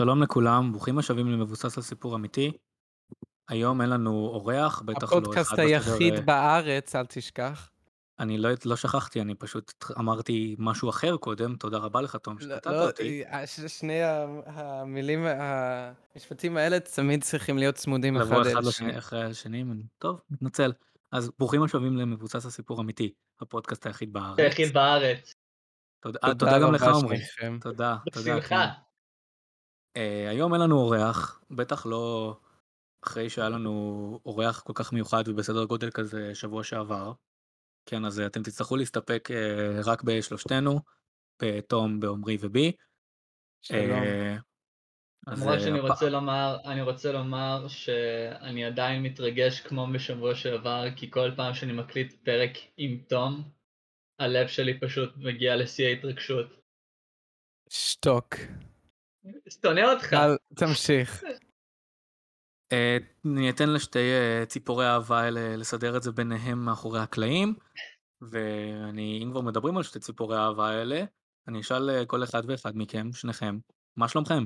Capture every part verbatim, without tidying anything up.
שלום לכולם, ברוכים השבים למבוסס על סיפור אמיתי. היום אין לנו אורח, בטח לא הפודקאסט אחד בסדר. היחיד אה, בארץ, אל תשכח. אני לא, לא שכחתי, אני פשוט אמרתי משהו אחר קודם, תודה רבה לך תום לא, שקטעת לא, אותי. אה, ש- שני ה- המילים, המשפטים האלה תמיד צריכים להיות צמודים לבוא אחד אחד אל לשני, השני. אחרי השני, אני- טוב, מתנצל. אז ברוכים השבים למבוסס על סיפור אמיתי, הפודקאסט היחיד בארץ. היחיד בארץ. תודה, אה, תודה תודה גם לך רבה עמרי. שניכם. תודה, תודה, כן. בשמחה. אה, היום אין לנו אורח, בטח לא אחרי שהיה לנו אורח כל כך מיוחד ובסדר גודל כזה שבוע שעבר. כן, אז אתם תצטרכו להסתפק אה, רק בשלושתנו, בתום, בעומרי ובי. שלום. אה, אז למרות אה, שאני רוצה הפעם, לומר, אני רוצה לומר שאני עדיין מתרגש כמו בשבוע שעבר, כי כל פעם שאני מקליט פרק עם תום, הלב שלי פשוט מגיע לשיא ההתרגשות. שתוק. שונא אותך. אל תמשיך. אה, אני אתן לשתי אה, ציפורי האהבה האלה לסדר את זה ביניהם מאחורי הקלעים, ואני, אם כבר מדברים על שתי ציפורי האהבה האלה, אני אשאל אה, כל אחד ואחד מכם, שניכם, מה שלומכם?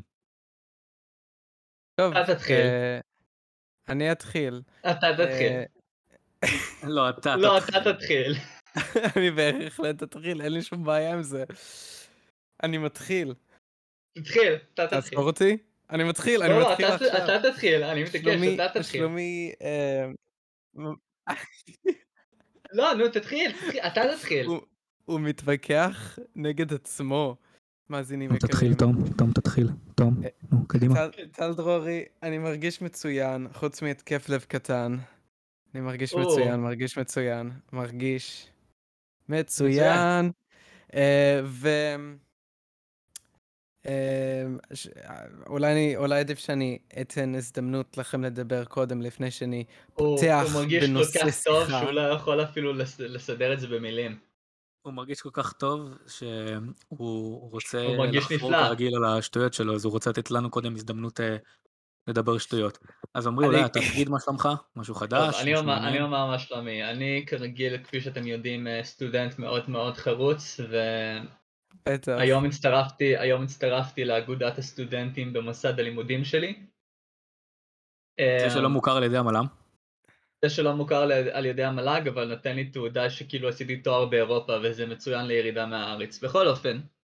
טוב, אתה תתחיל. אה, אני אתחיל. אתה תתחיל. אה, לא, אתה לא, אתה תתחיל. תתחיל. אני בהחלט אתחיל, אין לי שום בעיה עם זה. אני מתחיל. תתחיל, אתה תתחיל. תעצור אותי? אני מתחיל, אני לא, לא, מתחיל אתה עכשיו. אתה תתחיל, אני מתעקש, שלומי, אתה תתחיל. שלומי, אה, לא, נו, תתחיל, תתחיל, אתה תתחיל. הוא הוא מתווכח נגד עצמו, מאזינים תום תתחיל, יקרים. תום, תום תתחיל, תום, אה, נו, קדימה. טל טל דרורי, אני מרגיש מצוין, חוץ מהתקף לב קטן. אני מרגיש או, מצוין, מרגיש מצוין, מרגיש מצוין. מצוין. אה, ו... אה, ש- אולי אני, אולי עדיף שאני אתן הזדמנות לכם לדבר קודם לפני שאני הוא, הוא פותח מרגיש כל בנושא כך טוב שיחה. שהוא לא יכול אפילו לס, לסדר את זה במילים. הוא מרגיש כל כך טוב שהוא רוצה הוא מרגיש לחפור נפלא. כרגיל על השטויות שלו, אז הוא רוצה לתת לנו קודם הזדמנות אה, לדבר שטויות. אז עמרי, אולי אני, אתה תגיד מה שלומך? משהו טוב, חדש? אני משהו אומר, אני מעניין? אומר מה שלומי. אני כרגיל, כפי שאתם יודעים, אה, סטודנט מאוד מאוד חרוץ, בטח. והיום הצטרפתי, היום הצטרפתי לאגודת הסטודנטים במוסד הלימודים שלי. זה אה, שלא מוכר על ידי המל"ם? זה שלא מוכר על על ידי המל"ג, אבל נותן לי תעודה שכאילו עשיתי תואר באירופה, וזה מצוין לירידה מהארץ. בכל אופן,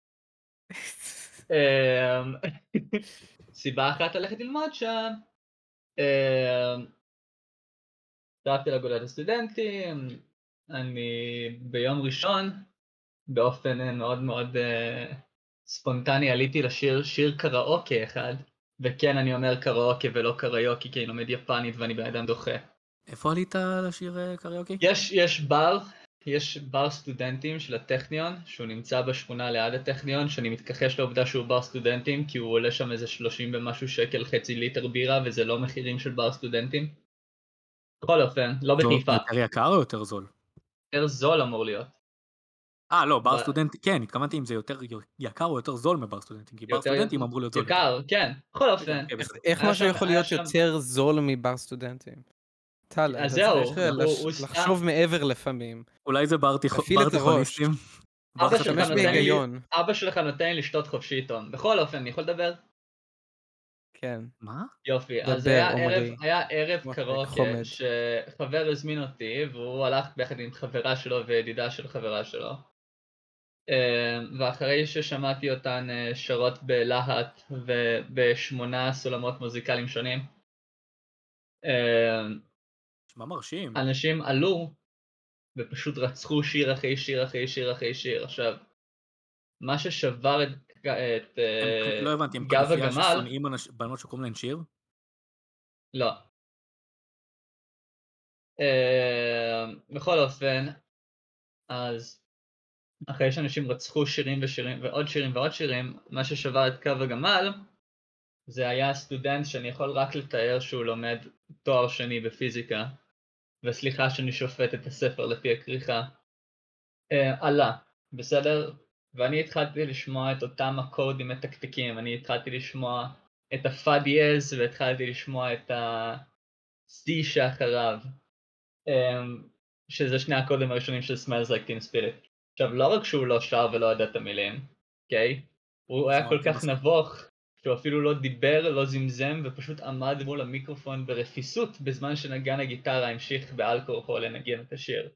אמ, סיבה אחת ללכת ללמוד שם. אמ, הצטרפתי לאגודת הסטודנטים, אני ביום ראשון באופן אה, מאוד מאוד אה, ספונטני עליתי לשיר שיר קראוקה אחד, וכן אני אומר קראוקה ולא קריוקי כי אני לומד יפנית ואני בן אדם דוחה. איפה עלית לשיר אה, קריוקי? יש יש בר, יש בר סטודנטים של הטכניון שהוא נמצא בשכונה ליד הטכניון, שאני מתכחש לעובדה שהוא בר סטודנטים כי הוא עולה שם איזה שלושים ומשהו שקל חצי ליטר בירה וזה לא מחירים של בר סטודנטים. בכל אופן, לא זה בחיפה, יותר יקר או יותר זול? יותר זול אמור להיות. אה, לא, בר ב- סטודנטי, כן, התכוונתי אם זה יותר יקר או יותר זול מבר סטודנטים, כי בר יותר סטודנטים אמור להיות זול יותר. יקר, כן, בכל כן, אופן, כן, איך בסדר. איך היה משהו שם, יכול היה להיות שם, יותר זול מבר סטודנטים? טל, אז אתה זהו, צריך אה, הוא, לש- הוא סתם, לחשוב מעבר לפעמים. אולי זה בר תיכו- תפעיל בר את הראש. תיכוניסטים? בר אבא שלך תשתמש חטיבת נותן ביניים? לי, בהיגיון. אבא שלך נותן לי לשתות חופשי תום, בכל אופן, אני יכול לדבר? כן, מה? יופי, אז דבר היה ערב, עומרי, היה ערב מחזיק קראוקה חומד. שחבר הזמין אותי והוא הלך ביחד עם חברה שלו וידידה של חברה שלו, אה, ואחרי ששמעתי אותן אה, שרות בלהט ובשמונה סולמות מוזיקליים שונים, אה, נשמע מרשים. אנשים עלו ופשוט רצחו שיר אחרי שיר אחרי שיר אחרי שיר. עכשיו, מה ששבר את, את הם, אה, לא הבנתי, הם גב כנופיה הגמל, ששונאים אנש- בנות שקוראים להן שיר? לא. אה, בכל אופן, אז אחרי שאנשים רצחו שירים ושירים ועוד שירים ועוד שירים, מה ששבר את קו הגמל זה היה סטודנט שאני יכול רק לתאר שהוא לומד תואר שני בפיזיקה, וסליחה שאני שופט את הספר לפי הכריכה, אה, עלה, בסדר? ואני התחלתי לשמוע את אותם אקורדים מתקתקים, אני התחלתי לשמוע את הפא דיאז והתחלתי לשמוע את ה-C שאחריו, אמ, שזה שני הקודים הראשונים של Smells Like Teen Spirit. עכשיו, לא רק שהוא לא שר ולא ידע את המילים, אוקיי? הוא היה נשמע כל אותי כך מסכים. נבוך שהוא אפילו לא דיבר, לא זמזם, ופשוט עמד מול המיקרופון ברפיסות, בזמן שנגן הגיטרה המשיך בעל כורחו לנגן את השיר.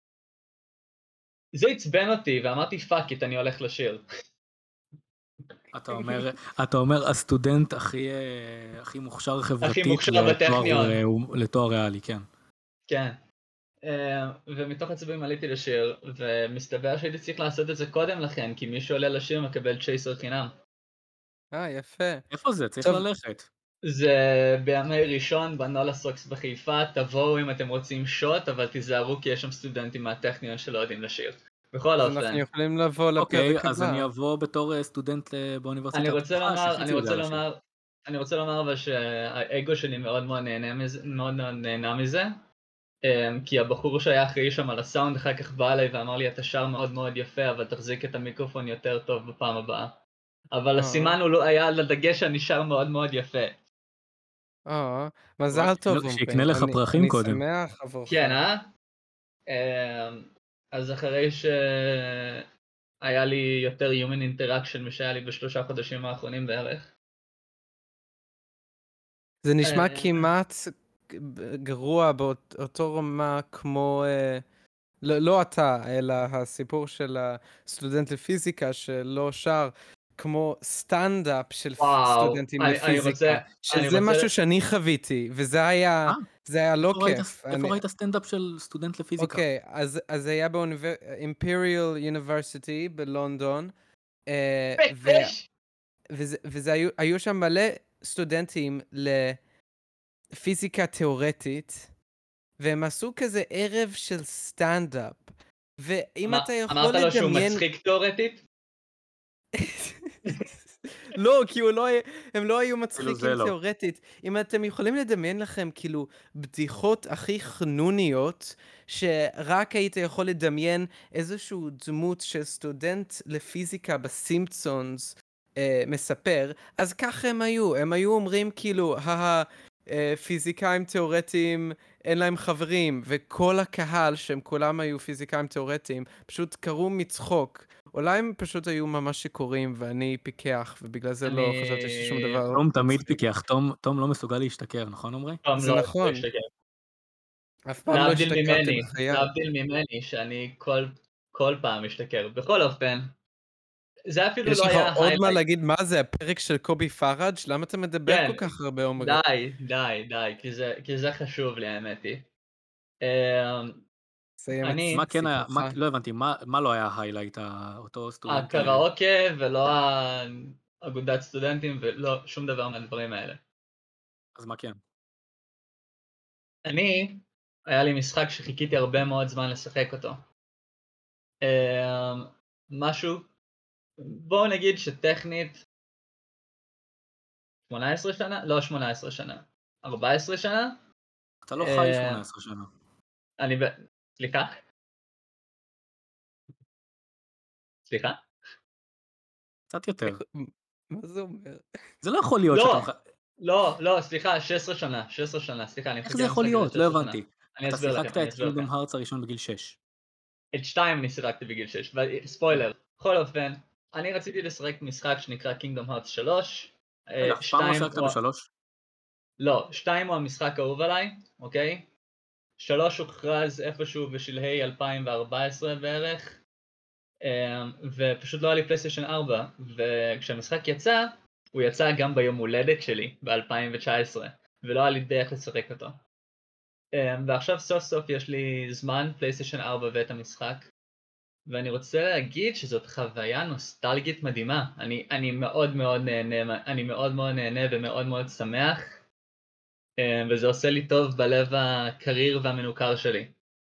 זה עצבן אותי, ואמרתי פאק איט, אני הולך לשיר. אתה אומר, אתה אומר הסטודנט הכי, אה, הכי מוכשר חברתית מוכשר לתואר, בטכניון. אה, לתואר ריאלי, כן. כן. אה, ומתוך עצבים עליתי לשיר, ומסתבר שהייתי צריך לעשות את זה קודם לכן, כי מי שעולה לשיר מקבל צ'ייסר חינם. אה, יפה. איפה זה? צריך טוב. ללכת. זה בימי ראשון בנולה סוקס בחיפה, תבואו אם אתם רוצים שוט, אבל תיזהרו כי יש שם סטודנטים מהטכניון שלא יודעים לשיר. בכל אז אופן, אנחנו יכולים לבוא אוקיי, לפרק אז אני הבא. אבוא בתור אה, סטודנט אה, באוניברסיטה אני רוצה הפתוחה, לומר, שחצי אני יודע רוצה לשיר. לומר, אני רוצה לומר אבל שהאגו שלי מאוד מאוד נהנה מזה, מאוד מאוד נהנה מזה, אמ, כי הבחור שהיה אחראי שם על הסאונד אחר כך בא אליי ואמר לי אתה שר מאוד מאוד יפה, אבל תחזיק את המיקרופון יותר טוב בפעם הבאה. אבל אה. הסימן הוא לא היה על הדגש שאני שר מאוד מאוד יפה. אה, מזל טוב אומרים. שיקנה לך אני- פרחים אני קודם. שמח עבורך. כן, אה? אמ, אז אחרי שהיה לי יותר Human Interaction משהיה לי בשלושה חודשים האחרונים בערך. זה נשמע אה. כמעט גרוע באותו רמה כמו, אה, לא, לא אתה, אלא הסיפור של הסטודנט לפיזיקה שלא שר, כמו סטנדאפ של וואו, סטודנטים אני- אני לפיזיקה, רוצה- אני שזה רוצה- משהו שאני חוויתי, וזה היה, אה? זה היה לא איפה ראית- כיף. איפה אני- ראית סטנדאפ של סטודנט לפיזיקה? אוקיי, אז אז זה היה באימפריאל יוניברסיטי בלונדון, אה, ו- פקש! וזה, וזה היו, היו שם מלא סטודנטים לפיזיקה תיאורטית, והם עשו כזה ערב של סטנדאפ. ואם אמר- אתה יכול אמרת לו שהוא לדמיין... מצחיק תיאורטית? לא, כי הוא לא היה, הם לא היו מצחיקים זה לא. תיאורטית. אם אתם יכולים לדמיין לכם כאילו בדיחות הכי חנוניות, שרק היית יכול לדמיין איזשהו דמות של סטודנט לפיזיקה בסימפסונס אה, מספר, אז ככה הם היו. הם היו אומרים כאילו, הא, אה, פיזיקאים תיאורטיים אין להם חברים, וכל הקהל שהם כולם היו פיזיקאים תיאורטיים, פשוט קראו מצחוק. אולי הם פשוט היו ממש שיכורים ואני פיקח, ובגלל זה לא אני- חשבתי ששום דבר... תום תמיד מצחיק. פיקח, תום, תום לא מסוגל להשתכר, נכון עמרי? פעם זה לא, נכון. זה שקר. אף פעם לא להבדיל השתכרתי ממני, בחיי. להבדיל ממני, שאני כל- כל פעם משתכר. בכל אופן, זה אפילו יש לא לך היה עוד מה highlight. להגיד? מה זה, הפרק של קובי פראג'? למה אתה מדבר כן. כל כך הרבה עומרי? די, די, די, כי זה- כי זה חשוב לי האמת היא. אמ, סיים את אני- מה כן היה, מה, סיפורך. לא הבנתי, מה, מה לא היה ההיילייט, אותו סטודנט? הקראוקה ולא האגודת סטודנטים ולא שום דבר מהדברים האלה. אז מה כן? אני, היה לי משחק שחיכיתי הרבה מאוד זמן לשחק אותו. אמ, משהו, בואו נגיד שטכנית שמונה עשרה שנה? לא שמונה עשרה שנה. ארבע עשרה שנה? אתה לא אה, חי שמונה עשרה שנה. אני ב... סליחה? סליחה? קצת יותר. מה זה אומר? זה לא יכול להיות לא. שאתה... מח- לא, לא, סליחה, שש עשרה שנה, שש עשרה שנה, סליחה, אני איך מחכה זה יכול למשחק הזה להיות? לא שש עשרה הבנתי. שנה. אני אתה אסביר לכם, שיחקת אני את אסביר לכם. קינגדום הארץ הראשון בגיל שש. את שתיים אני שיחקתי בגיל שש, ספוילר. בכל אופן, אני רציתי לשחק משחק שנקרא Kingdom Hearts שלוש. רגע, אה, אף פעם לא שתיים שיחקת הוא- בשלוש? לא, שתיים הוא המשחק האהוב עליי, אוקיי? שלוש הוכרז איפשהו בשלהי אלפיים וארבע עשרה בערך, אמ, ופשוט לא היה לי פלייסטיישן ארבע, וכשהמשחק יצא, הוא יצא גם ביום הולדת שלי ב-אלפיים תשע עשרה, ולא היה לי דרך לשחק אותו. אמ, ועכשיו סוף סוף יש לי זמן פלייסטיישן ארבע ואת המשחק, ואני רוצה להגיד שזאת חוויה נוסטלגית מדהימה. אני, אני מאוד מאוד נהנה, אני מאוד מאוד נהנה ומאוד מאוד שמח, אמ, וזה עושה לי טוב בלב הקריר והמנוכר שלי.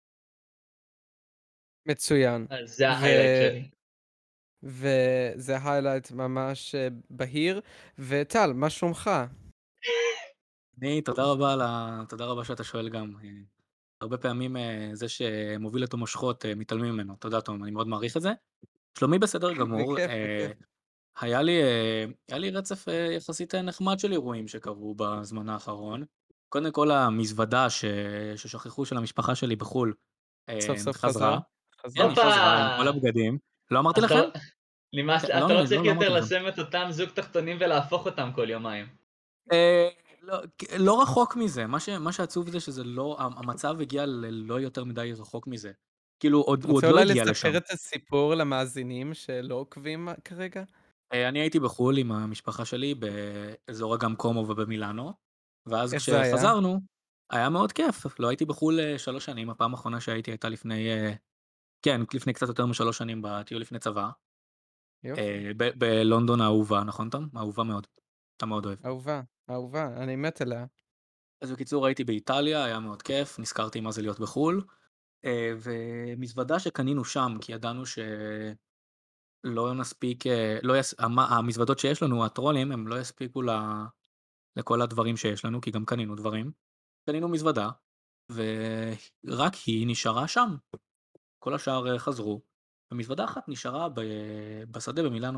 מצוין. אז זה ו- ההיילייט שלי. וזה היילייט ממש אה, בהיר. וטל, מה שלומך? אני, תודה רבה על ה... תודה רבה שאתה שואל גם. אה, הרבה פעמים אה, זה שמוביל את המושכות אה, מתעלמים ממנו. תודה תום, אני מאוד מעריך את זה. שלומי בסדר גמור. בכיף, אה, בכיף. היה לי, אה, היה לי רצף אה, יחסית אה, נחמד של אירועים שקרו בזמן האחרון. קודם כל המזוודה ש... ששכחו של המשפחה שלי בחו"ל. אה, סוף סוף חזרה. חזרה. כן, היא הופה! חזרה עם כל הבגדים. לא אמרתי אז אתה- לכם? נמאס, כן, אתה לא, לא לא, צריך לא, לא יותר אמרתי לכם. לשים את אותם זוג תחתונים ולהפוך אותם כל יומיים. אה, לא, כ- לא רחוק מזה, מה ש- מה שעצוב זה שזה לא, ה- המצב הגיע ללא יותר מדי רחוק מזה. כאילו, עוד- אתה הוא עוד רוצה לא אולי הגיע לשם. לספר את הסיפור למאזינים שלא עוקבים כרגע? אה, אני הייתי בחו"ל עם המשפחה שלי באזור אגם קומו ובמילאנו, ואז איך זה היה? כשחזרנו, היה מאוד כיף. לא הייתי בחו"ל אה, שלוש שנים, הפעם האחרונה שהייתי הייתה לפני, אה, כן, לפני קצת יותר משלוש שנים בטיול לפני צבא. יופי. אה, ב- בלונדון האהובה, נכון תום? אהובה מאוד. אתה מאוד אוהב. אהובה, אהובה, אני מת עליה. אז בקיצור הייתי באיטליה, היה מאוד כיף, נזכרתי מה זה להיות בחו"ל. אה, ומזוודה שקנינו שם, כי ידענו שלא נספיק, אה, לא יס... המ- המזוודות שיש לנו, הטרולים, הם לא יספיקו ל... לכל הדברים שיש לנו, כי גם קנינו דברים. קנינו מזוודה, ורק היא נשארה שם. כל השאר אה, חזרו, ומזוודה אחת נשארה ב... בשדה במילאנו.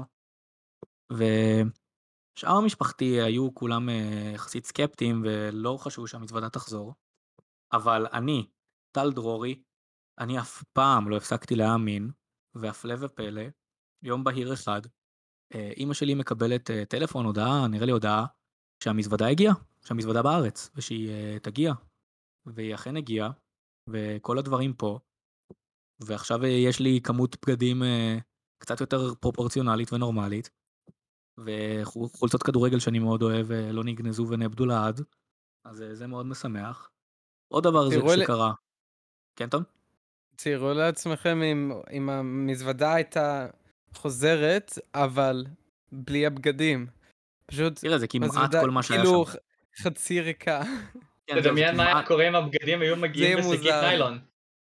ושאר המשפחתי היו כולם אה, יחסית סקפטיים, ולא חשבו שהמזוודה תחזור. אבל אני, טל דרורי, אני אף פעם לא הפסקתי להאמין, והפלא ופלא, יום בהיר אחד, אה, אמא שלי מקבלת אה, טלפון, הודעה, נראה לי הודעה, שהמזוודה הגיעה, שהמזוודה בארץ, ושהיא אה, תגיע, והיא אכן הגיעה, וכל הדברים פה, ועכשיו אה, יש לי כמות בגדים אה, קצת יותר פרופורציונלית ונורמלית, וחולצות כדורגל שאני מאוד אוהב, אה, לא נגנזו ונאבדו לעד, אז אה, זה מאוד משמח. עוד דבר זה- תראו ל- שקרה, כן תום? תראו לעצמכם אם, אם המזוודה הייתה חוזרת, אבל בלי הבגדים. פשוט תראה, זה כמעט מזוודה כל מה שהיה שם. כאילו ח- חצי ריקה. כן, זהו, זה תדמיין מה היה כמעט, קורה אם הבגדים היו זה מגיעים יהיה בשקית מוזר. ניילון.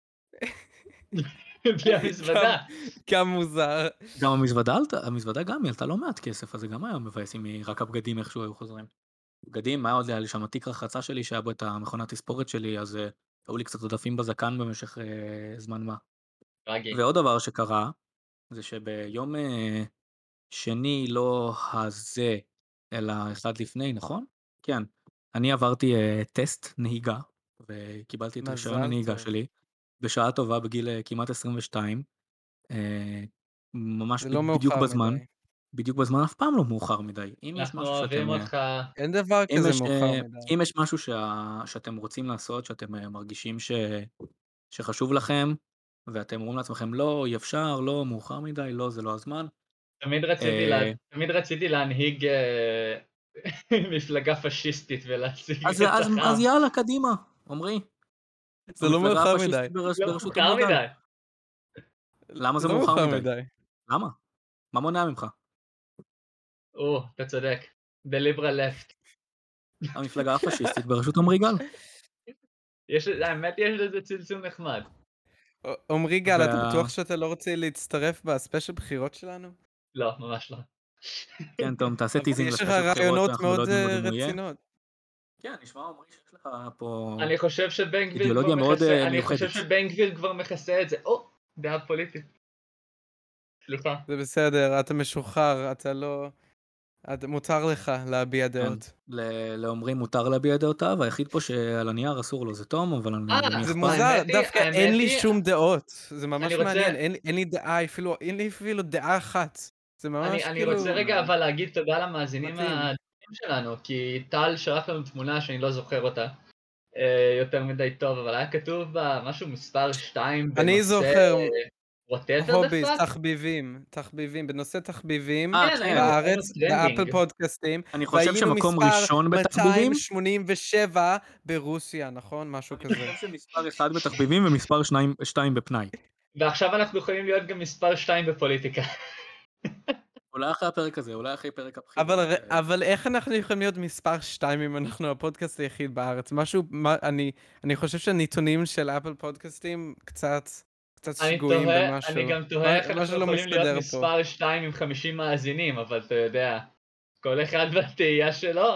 בלי המזוודה. גם מוזר. גם המזוודה עלתה, המזוודה גם היא עלתה לא מעט כסף, אז זה גם היה מבאס אם היא- רק הבגדים איכשהו היו חוזרים. בגדים, מה היה עוד היה לי שם תיק רחצה שלי שהיה בו את המכונת תספורת שלי, אז אה, היו לי קצת עודפים בזקן במשך אה, זמן מה. טרגי. ועוד דבר שקרה, זה שביום אה, שני לא הזה, אלא אחד לפני, נכון? כן. אני עברתי אה, טסט נהיגה, וקיבלתי את רישיון מזל הנהיגה טוב. שלי, בשעה טובה בגיל אה, כמעט עשרים ושתיים, אה, ממש זה ב- לא בדיוק מאוחר בזמן, מדי. בדיוק בזמן, אף פעם לא מאוחר מדי. אם יש אנחנו משהו אוהבים שאתם, אה, אותך. אין דבר אם כזה יש, מאוחר אה, מדי. אם יש משהו שה, שאתם רוצים לעשות, שאתם אה, מרגישים ש, שחשוב לכם, ואתם אומרים לעצמכם, לא, אי אפשר, לא, מאוחר מדי, לא, זה לא הזמן. תמיד רציתי לה- אה, תמיד רציתי להנהיג אה, מפלגה פשיסטית ולהציג אז, אז, רצח אז עם. יאללה, קדימה, עמרי, זה לא המפלגה מאוחר מדי. הפשיסטית ברש, לא בראשות מאוחר עמרי גל. מדי. למה זה לא מאוחר מאוחר מדי? מדי. למה? מה מונע ממך? או, אתה צודק. The liberal left. המפלגה הפשיסטית בראשות עמרי גל. יש, האמת יש לזה צלצול נחמד. ע- עמרי גל, אתה וה... בטוח שאתה לא רוצה להצטרף בספיישל בחירות שלנו? לא, ממש לא. כן, תום, תעשה אבל טיזינג יש לך לספיישל בחירות רעיונות שאנחנו לא מאוד יודעים עוד אה, אם הוא יהיה. רצינות. כן, נשמע עמרי שיש לך פה אני חושב שבן גביר כבר אידיאולוגיה מאוד מכסה, אה, אני חושב מיוחדת. שבן גביר כבר מכסה את זה. או, דעה פוליטית. סליחה. זה בסדר, אתה משוחרר, אתה לא... אתה- מותר לך להביע כן, דעות. ל- לעמרי מותר להביע דעותיו, היחיד פה שעל הנייר אסור לו זה תום, אבל אני, אה, למי זה אכפת? מוזר, האמת היא- דווקא האמת אין לי היא- שום דעות. זה אני ממש רוצה- מעניין, אין אין לי דעה אפילו, אין לי אפילו דעה אחת. זה ממש אני, אני כאילו... רוצה רגע אבל להגיד תודה למאזינים מתאים. הדברים שלנו, כי טל שלח לנו תמונה שאני לא זוכר אותה אה, יותר מדי טוב, אבל היה כתוב בה משהו מספר שתיים בנושא... אני זוכר, whatever the הוביז, fuck? תחביבים, תחביבים, בנושא תחביבים, אה, כן, כן. היינו בארץ, טרנדינג. באפל פודקאסטים, אני חושב והיינו שמקום מספר ראשון בתחביבים, מאתיים שמונים ושבע ברוסיה, נכון? משהו אני כזה. חושב שמספר אחד בתחביבים ומספר שניים, שתיים בפנאי. ועכשיו אנחנו יכולים להיות גם מספר שתיים בפוליטיקה. אולי אחרי הפרק הזה, אולי אחרי פרק הבחירות. אבל, אה, אבל איך אנחנו יכולים להיות מספר שתיים אם אנחנו הפודקאסט היחיד בארץ? משהו, מה, אני, אני חושב שהנתונים של אפל פודקאסטים קצת, קצת אני שגויים תוהה, במשהו. אני גם תוהה איך מה- אנחנו משהו לא יכולים להיות מסתדר פה. מספר שתיים עם חמישים מאזינים, אבל אתה יודע, כל אחד והתהייה שלו.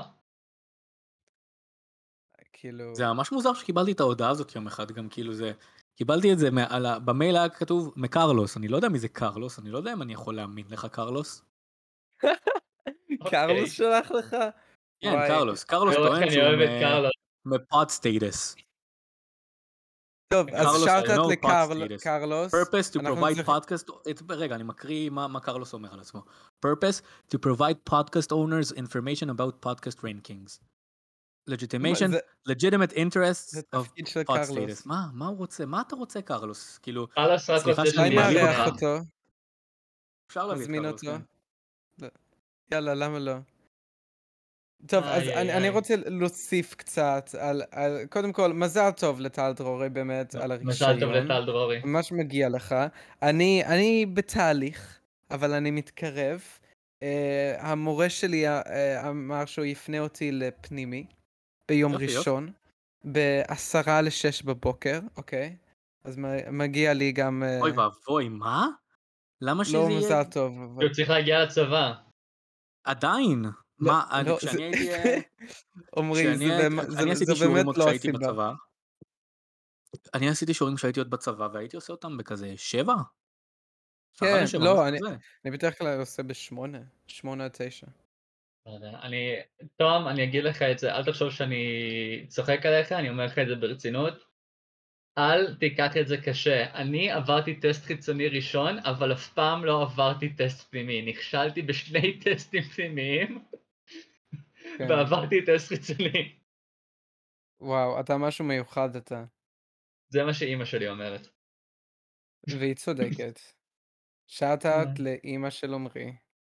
כאילו... זה ממש מוזר שקיבלתי את ההודעה הזאת יום אחד, גם כאילו זה, קיבלתי את זה, מה- על ה- במייל היה כתוב מקרלוס, אני לא יודע מי זה קרלוס, אני לא יודע אם אני יכול להאמין לך קרלוס. קרלוס שלח לך? כן, וואי, קרלוס, קרלוס תראו איך טוען אני שהוא אוהב את קרלוס. מפוד סטייטס. טוב, אז קרלוס, I שאוט-אאוט know לקרלוס. Podstatus. Purpose to אנחנו provide צריכים... podcast... את- רגע, אני מקריא מה מה קרלוס אומר על עצמו. Purpose to provide podcast owners information about podcast rankings. legitimation, זה legitimate זה interests of תפקיד של pod status. קרלוס. מה מה הוא רוצה? מה אתה רוצה, קרלוס? כאילו, קרלוס רק סליחה רוצה שאני אולי שתהיה מעליב נארח אותך. לך. אותו, אפשר להביא את נזמין קרלוס, אותו. כן. לא. יאללה, למה לא? טוב, אז איי אני, איי אני איי. רוצה להוסיף קצת על, על... קודם כל, מזל טוב לטל דרורי באמת על מזל טוב הרישיון. לטל דרורי. ממש מגיע לך. אני, אני בתהליך, אבל אני מתקרב. Uh, המורה שלי uh, אמר שהוא יפנה אותי לפנימי ביום יופי, יופי. ראשון, בעשרה לשש בבוקר, אוקיי? אז מ- מגיע לי גם... uh, אוי ואבוי, מה? למה לא שזה יהיה... מזל טוב, אבל... הוא צריך להגיע לצבא. עדיין. לא, מה, אני- לא, זה... כשאני הייתי... אה, עמרי, כשאני זה, הייתי- באמת- זה, אני זה עשיתי שיעורים באמת עוד לא כשהייתי הסיבה. בצבא. אני עשיתי שיעורים כשהייתי עוד בצבא, והייתי עושה אותם בכזה שבע? שעה כן, לשבע, לא, משהו אני, כזה. אני בדרך כלל עושה בשמונה, שמונה עד תשע. לא יודע, אני... תום, אני אגיד לך את זה, אל תחשוב שאני צוחק עליך, אני אומר לך את זה ברצינות. אל תיקח את זה קשה. אני עברתי טסט חיצוני ראשון, אבל אף פעם לא עברתי טסט פנימי. נכשלתי בשני טסטים פנימיים, כן. ועברתי טסט חיצוני. וואו, אתה משהו מיוחד אתה. זה מה שאימא שלי אומרת. והיא צודקת. שאט-אאוט לאימא של עמרי.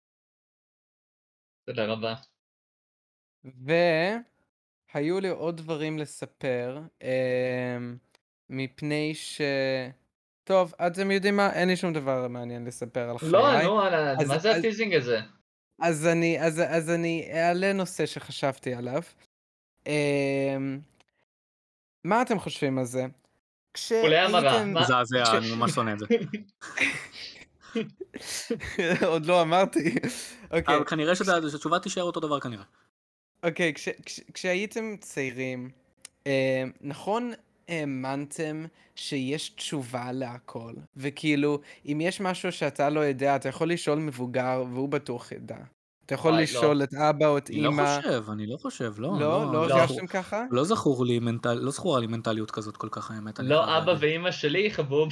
תודה רבה. והיו לי עוד דברים לספר, אמ, מפני ש... טוב, אתם יודעים מה? אין לי שום דבר מעניין לספר על חיי. לא, נו, על ה- אז- מה זה אז- הטיזינג הזה? אז אני, אז, אז אני אעלה נושא שחשבתי עליו. אמ, מה אתם חושבים על זה? כולי המרה. כשהייתם... מה? מזעזע, אני ממש שונא את זה. עוד לא אמרתי. אוקיי. אבל כנראה שזה- שהתשובה תישאר אותו דבר כנראה. אוקיי, כש, כש, כשהייתם צעירים, אה, נכון האמנתם שיש תשובה להכל? וכאילו, אם יש משהו שאתה לא יודע, אתה יכול לשאול מבוגר והוא בטוח ידע. אתה יכול וואי, לא. לשאול את אבא או את אני לא אמא. חושב, אני לא חושב, לא. לא? לא לא. הרגשתם ככה? לא זכור לי מנטל... לא זכורה לי מנטליות כזאת כל כך, האמת. אני חייב לא אבא להגיד. ואימא שלי, חבוב.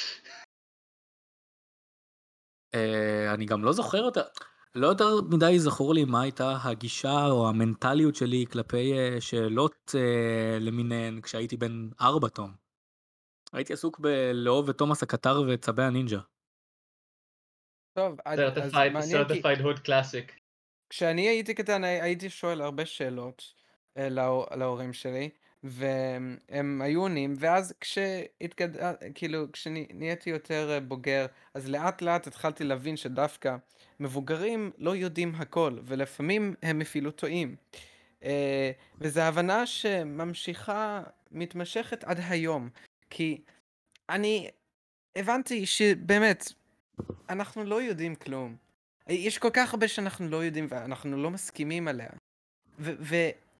אה, אני גם לא זוכר אותה. לא יותר מדי זכור לי מה הייתה הגישה או המנטליות שלי כלפי אה, שאלות אה, למיניהן כשהייתי בן ארבע תום. הייתי עסוק בלאהוב את תומאס הקטר וצבי הנינג'ה. טוב, אז אז Certified מעניין כי Certified Hood Classic. כשאני הייתי קטן הי- הייתי שואל הרבה שאלות אה, להור- להורים שלי, והם היו עונים, ואז כשהתגד... אה, כאילו, כשנהייתי יותר אה, בוגר, אז לאט לאט התחלתי להבין שדווקא מבוגרים לא יודעים הכל, ולפעמים הם אפילו טועים. אה, וזו הבנה שממשיכה, מתמשכת עד היום, כי אני הבנתי שבאמת, אנחנו לא יודעים כלום. יש כל כך הרבה שאנחנו לא יודעים ואנחנו לא מסכימים עליה. ו... ו...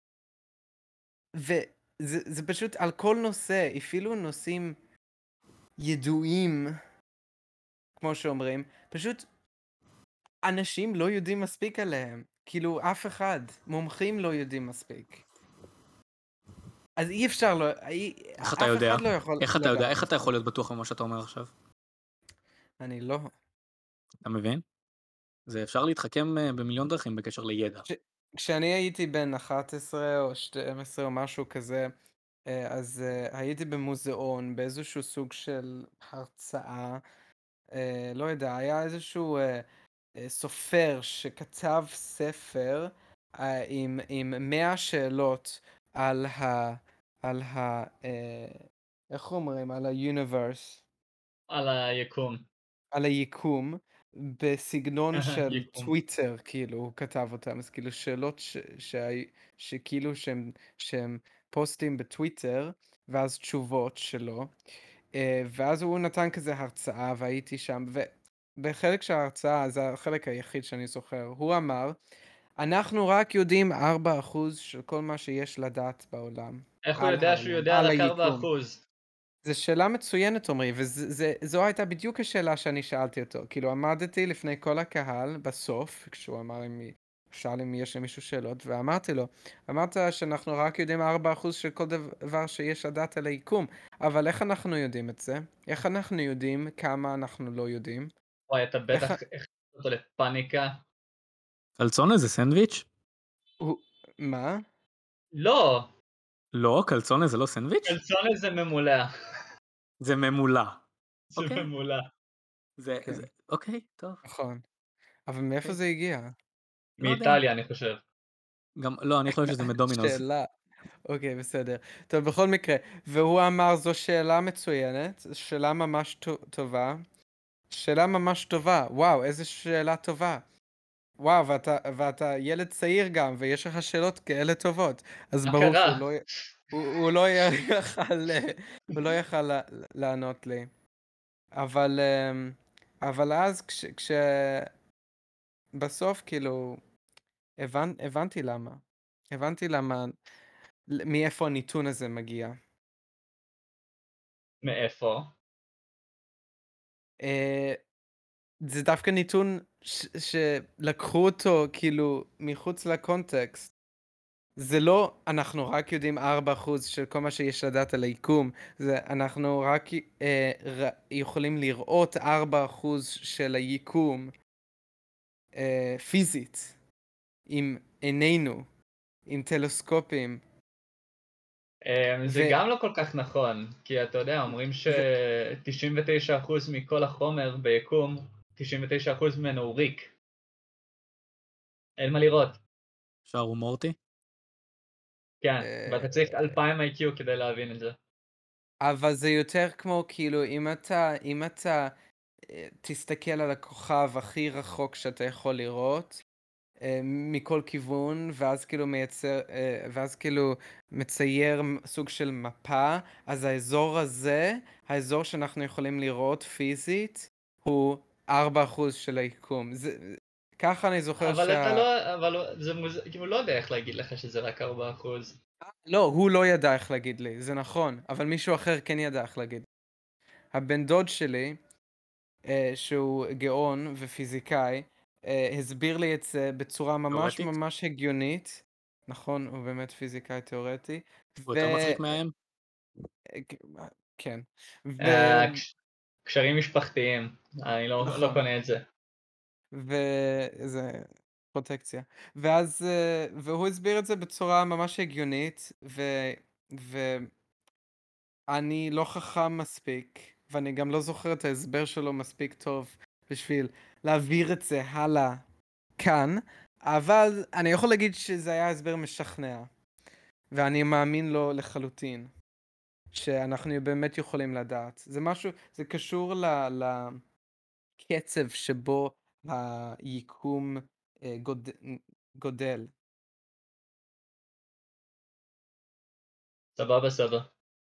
וזה זה פשוט על כל נושא, אפילו נושאים ידועים, כמו שאומרים, פשוט אנשים לא יודעים מספיק עליהם. כאילו, אף אחד, מומחים לא יודעים מספיק. אז אי אפשר לא... אי... איך אתה אף יודע? אחד לא יכול... איך אתה יודע? לדעת. איך אתה יכול להיות בטוח במה שאתה אומר עכשיו? אני לא. אתה מבין? זה אפשר להתחכם אה, במיליון דרכים בקשר לידע. כשאני הייתי בן אחת עשרה או שתים עשרה או משהו כזה, אה, אז אה, הייתי במוזיאון באיזשהו סוג של הרצאה, אה, לא יודע, היה איזשהו אה, אה, סופר שכתב ספר אה, עם, עם מאה שאלות על ה... על ה... אה, איך אומרים? על ה-universe. על היקום. על היקום, בסגנון של יקום. טוויטר, כאילו, הוא כתב אותם, אז כאילו שאלות ש... ש... שכאילו שהם, שהם פוסטים בטוויטר, ואז תשובות שלו, אה, ואז הוא נתן כזה הרצאה, והייתי שם, ובחלק של ההרצאה, זה החלק היחיד שאני זוכר, הוא אמר, אנחנו רק יודעים ארבע אחוז של כל מה שיש לדעת בעולם. איך הוא על יודע שהוא העולם, יודע על רק ארבע היקום. אחוז? זו שאלה מצוינת, עמרי, וזו הייתה בדיוק השאלה שאני שאלתי אותו. כאילו, עמדתי לפני כל הקהל בסוף, כשהוא אמר לי שאל אם יש למישהו שאלות, ואמרתי לו, אמרת שאנחנו רק יודעים ארבעה אחוז של כל דבר שיש לדעת על היקום, אבל איך אנחנו יודעים את זה? איך אנחנו יודעים כמה אנחנו לא יודעים? וואי, אתה איך... בטח הכנסת אותו לפאניקה. קלצונה זה סנדוויץ'? הוא... מה? לא! לא, קלצונה זה לא סנדוויץ'? קלצונה זה ממולא. זה ממולא. זה אוקיי. ממולא. זה, כן. זה, אוקיי, טוב. נכון. אבל מאיפה אוקיי. זה הגיע? לא יודע. מאיטליה, אני חושב. גם, לא, אני חושב שזה מדומינוס. שאלה. אוקיי, בסדר. טוב, בכל מקרה, והוא אמר, זו שאלה מצוינת, שאלה ממש טו- טובה. שאלה ממש טובה, וואו, איזה שאלה טובה. וואו, ואתה, ואתה ילד צעיר גם, ויש לך שאלות כאלה טובות. אז מה ברור קרה? שהוא לא, י- הוא, הוא לא יכל, הוא לא יכל לה- לענות לי. אבל, אמ, אבל אז כש, כש... בסוף, כאילו, הבנ, הבנתי למה. הבנתי למה, מאיפה הניתון הזה מגיע. מאיפה? אה, זה דווקא ניתון ש- שלקחו אותו כאילו מחוץ לקונטקסט. זה לא אנחנו רק יודעים ארבעה אחוז של כל מה שיש לדעת על היקום, זה אנחנו רק אה, ר, יכולים לראות ארבעה אחוז של היקום אה, פיזית, עם עינינו, עם טלסקופים. אמ, זה ו- גם לא כל כך נכון, כי אתה יודע, אומרים ו- ש-תשעים ותשעה אחוז מכל החומר ביקום, תשעים ותשעה אחוז ממנו הוא ריק. אין מה לראות. אפשר ומורטי? כן, אה, ואתה צריך אלפיים איי קיו כדי להבין את זה. אבל זה יותר כמו כאילו אם אתה, אם אתה אה, תסתכל על הכוכב הכי רחוק שאתה יכול לראות, אה, מכל כיוון, ואז כאילו מייצר, אה, ואז כאילו מצייר מ- סוג של מפה, אז האזור הזה, האזור שאנחנו יכולים לראות פיזית, הוא ארבעה אחוז של היקום. זה, ככה אני זוכר אבל אתה שה... לא, אבל הוא- זה מוז... כאילו לא יודע איך להגיד לך שזה רק ארבעה אחוז. לא, הוא לא ידע איך להגיד לי, זה נכון, אבל מישהו אחר כן ידע איך להגיד. הבן דוד שלי, אה, שהוא גאון ופיזיקאי, אה, הסביר לי את זה בצורה ממש תיאורטית? ממש הגיונית. נכון, הוא באמת פיזיקאי תיאורטי. הוא ו... יותר מצחיק מהם? אה, כן. ו... אה, קש- קשרים משפחתיים, אני לא, לא נכון. קונה את זה. וזה פרוטקציה. ואז, אה, והוא הסביר את זה בצורה ממש הגיונית, ו... ואני לא חכם מספיק, ואני גם לא זוכר את ההסבר שלו מספיק טוב בשביל להעביר את זה הלאה כאן, אבל אני יכול להגיד שזה היה הסבר משכנע, ואני מאמין לו לחלוטין, שאנחנו באמת יכולים לדעת. זה משהו, זה קשור ל... לקצב שבו היקום אה, גוד... גודל. סבבה סבבה.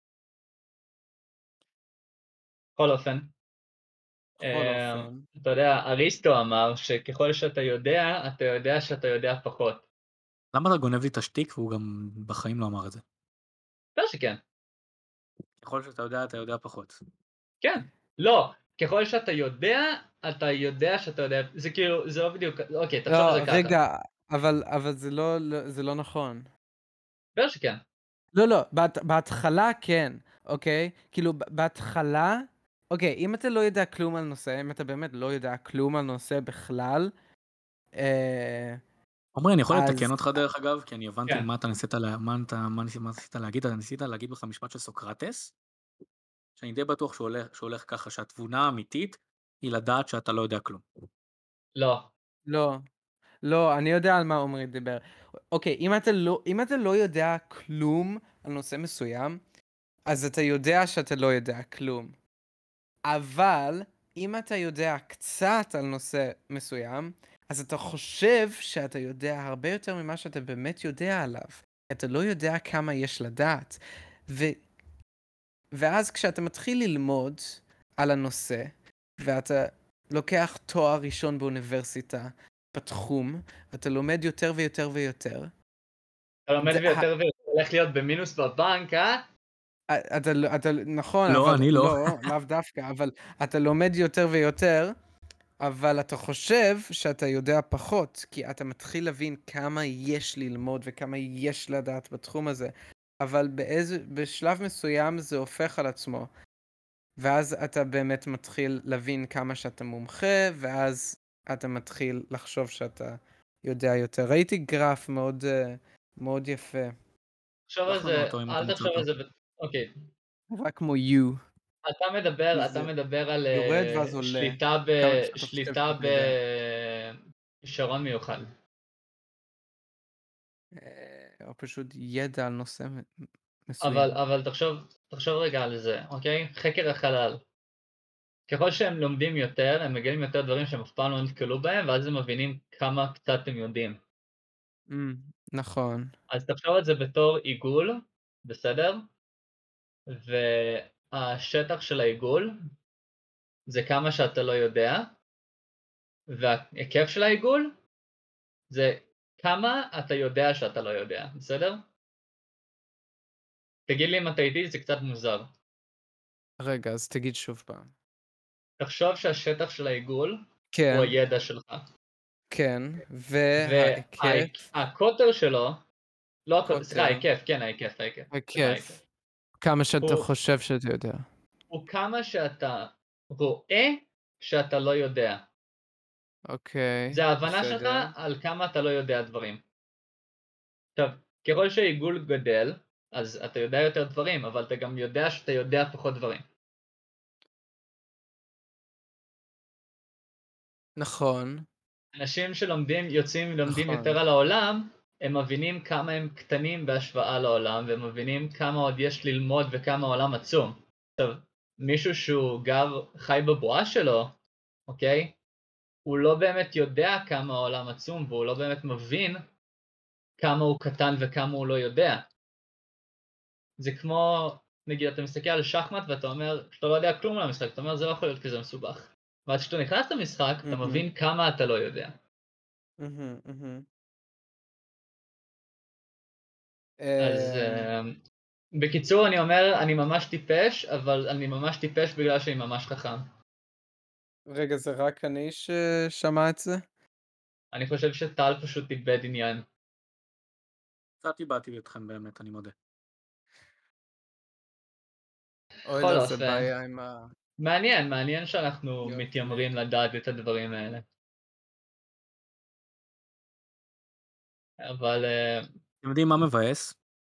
בכל אופן, בכל אה, אופן. אתה יודע, אריסטו אמר שככל שאתה יודע, אתה יודע שאתה יודע פחות. למה אתה גונב לי את השטיק והוא גם בחיים לא אמר את זה? בטח שכן. ככל שאתה יודע, אתה יודע פחות. כן. לא, ככל שאתה יודע, אתה יודע שאתה יודע, זה כאילו, זה לא בדיוק, אוקיי, תחשוב לא, על זה ככה. רגע, אבל, אבל זה לא, לא, זה לא נכון. בטח שכן. לא, לא, בת, בהתחלה כן, אוקיי? כאילו, ב- בהתחלה, אוקיי, אם אתה לא יודע כלום על נושא, אם אתה באמת לא יודע כלום על נושא בכלל, אה, עמרי, אני יכול אז, לתקן אותך דרך אגב, כי אני הבנתי כן. מה אתה ניסית, לה- מה אתה מה ניסית מה ניסית להגיד, אתה ניסית להגיד לך משפט של סוקרטס, שאני די בטוח שהוא הולך, שהוא הולך ככה, שהתבונה האמיתית היא לדעת שאתה לא יודע כלום. לא. לא, לא, אני יודע על מה עומרי דיבר. אוקיי, אם אתה לא, אם אתה לא יודע כלום על נושא מסוים, אז אתה יודע שאתה לא יודע כלום. אבל, אם אתה יודע קצת על נושא מסוים, אז אתה חושב שאתה יודע הרבה יותר ממה שאתה באמת יודע עליו. אתה לא יודע כמה יש לדעת. ו... ואז כשאתה מתחיל ללמוד על הנושא, ואתה לוקח תואר ראשון באוניברסיטה בתחום, ואתה לומד יותר ויותר ויותר, אתה לומד זה- ויותר ויותר, הולך להיות במינוס בבנק, אה? אתה, אתה, נכון, לא, אבל, אני לא. לא, לאו דווקא, אבל אתה לומד יותר ויותר, אבל אתה חושב שאתה יודע פחות, כי אתה מתחיל להבין כמה יש ללמוד וכמה יש לדעת בתחום הזה. אבל באיזה, בשלב מסוים זה הופך על עצמו. ואז אתה באמת מתחיל להבין כמה שאתה מומחה, ואז אתה מתחיל לחשוב שאתה יודע יותר. ראיתי גרף מאוד, אה, מאוד יפה. תחשוב על שלח לנו זה, אותו אם אתה אל מוצא תחשוב על אותו. זה, ב- אוקיי. נראה כמו U. אתה מדבר, אתה זה מדבר על יורד אה, ואז עולה. שליטה ב... כמה שאתה חושב שליטה שאתה יודע. בכישרון מיוחד. אה, או פשוט ידע על נושא מ- אבל, מסוים. אבל תחשוב, תחשוב רגע על זה, אוקיי? חקר החלל. ככל שהם לומדים יותר, הם מגלים יותר דברים שהם אף פעם לא נתקלו בהם, ואז הם מבינים כמה קצת הם יודעים. אמ, נכון. אז תחשוב על זה בתור עיגול, בסדר? והשטח של העיגול זה כמה שאתה לא יודע, וההיקף של העיגול זה כמה אתה יודע שאתה לא יודע, בסדר? תגיד לי אם אתה איתי, זה קצת מוזר. רגע, אז תגיד שוב פעם. תחשוב שהשטח של העיגול הוא כן, הידע שלך, כן, וההיקף, והקוטר שלו, לא הקוטר, סליחה, קוטר, ההיקף, כן, ההיקף, ההיקף, סליחה, ההיקף. היקף, כמה שאתה הוא, חושב שאתה יודע. הוא כמה שאתה רואה שאתה לא יודע. אוקיי, זה ההבנה שלך בסדר. על כמה אתה לא יודע דברים. עכשיו, ככל שהעיגול גדל, אז אתה יודע יותר דברים, אבל אתה גם יודע שאתה יודע פחות דברים. נכון, אנשים שלומדים, יוצאים, לומדים נכון. יותר על העולם, הם מבינים כמה הם קטנים בהשוואה לעולם, והם מבינים כמה עוד יש ללמוד וכמה העולם עצום. עכשיו, מישהו שהוא גר, חי בבועה שלו, אוקיי? הוא לא באמת יודע כמה העולם עצום, והוא לא באמת מבין כמה הוא קטן וכמה הוא לא יודע. זה כמו, נגיד, אתה מסתכל על שחמט ואתה אומר, שאתה לא יודע כלום על המשחק, אתה אומר, זה לא יכול להיות כזה מסובך. ואז כשאתה נכנס למשחק, אתה מהמם, מבין כמה אתה לא יודע. מהמם, מהמם. אז אמ, אה, בקיצור, אני אומר, אני ממש טיפש, אבל אני ממש טיפש בגלל שאני ממש חכם. רגע, זה רק אני ששמע את זה? אני חושב שטל פשוט איבד עניין. קצת איבדתי אתכם באמת, אני מודה. אוי בכל לא, זה אופן, בעיה עם ה... מעניין, מעניין שאנחנו להיות מתיימרים לייט. לדעת את הדברים האלה. אבל אה, אתם יודעים מה מבאס?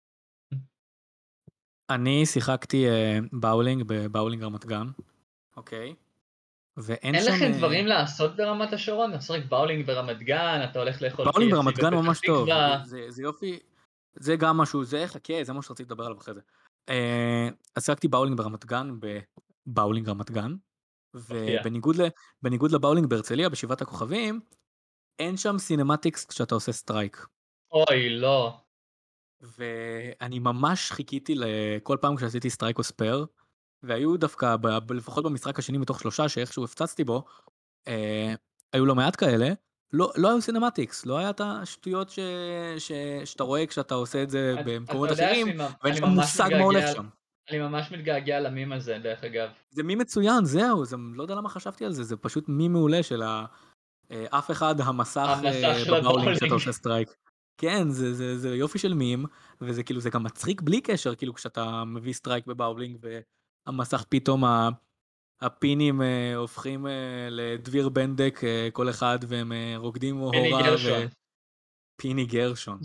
אני שיחקתי אה, באולינג בבאולינג רמת גן, אוקיי? ואין אין שם... לכם אה, דברים לעשות ברמת השרון? אתה משחק באולינג ברמת גן, אתה הולך לאכול באולינג K F C ברמת גן הוא בפתח ממש טוב, תקווה. זה, זה יופי, זה גם משהו, זה חכה, זה מה שרציתי לדבר עליו אחרי זה. אה, אז שיחקתי באולינג ברמת גן, בבאולינג רמת גן, מפתיע. ובניגוד ל, בניגוד לבאולינג בהרצליה, בשבעת הכוכבים, אין שם סינמטיקס כשאתה עושה סטרייק. אוי, לא. ואני ממש חיכיתי לכל פעם כשעשיתי סטרייק או ספייר, והיו דווקא, ב, ב, לפחות במשחק השני מתוך שלושה שאיכשהו הפצצתי בו, אה, היו לא מעט כאלה, לא, לא היו סינמטיקס, לא היה את השטויות ש, ש, שאתה רואה כשאתה עושה את זה את- אתה במקומות יודע אחרים, שאני ממ- ואין אני לך ממש מושג מה הולך מתגעגע, שם. אני ממש מתגעגע למים הזה, דרך אגב. זה מי מצוין, זהו, זה, לא יודע למה חשבתי על זה, זה פשוט מי מעולה של ה... אה, אף אחד המסך המסך אה, של בבאולינג שאתה הבאולינג. עושה סטרייק. כן, זה, זה, זה יופי של מים, וזה כאילו, זה גם מצחיק בלי קשר, כאילו כשאתה מביא סטרייק בבאולינג, והמסך פתאום, ה- הפינים אה, הופכים אה, לדביר בנדק אה, כל אחד, והם אה, רוקדים פיני הורה, גרשון. ופיני גרשון.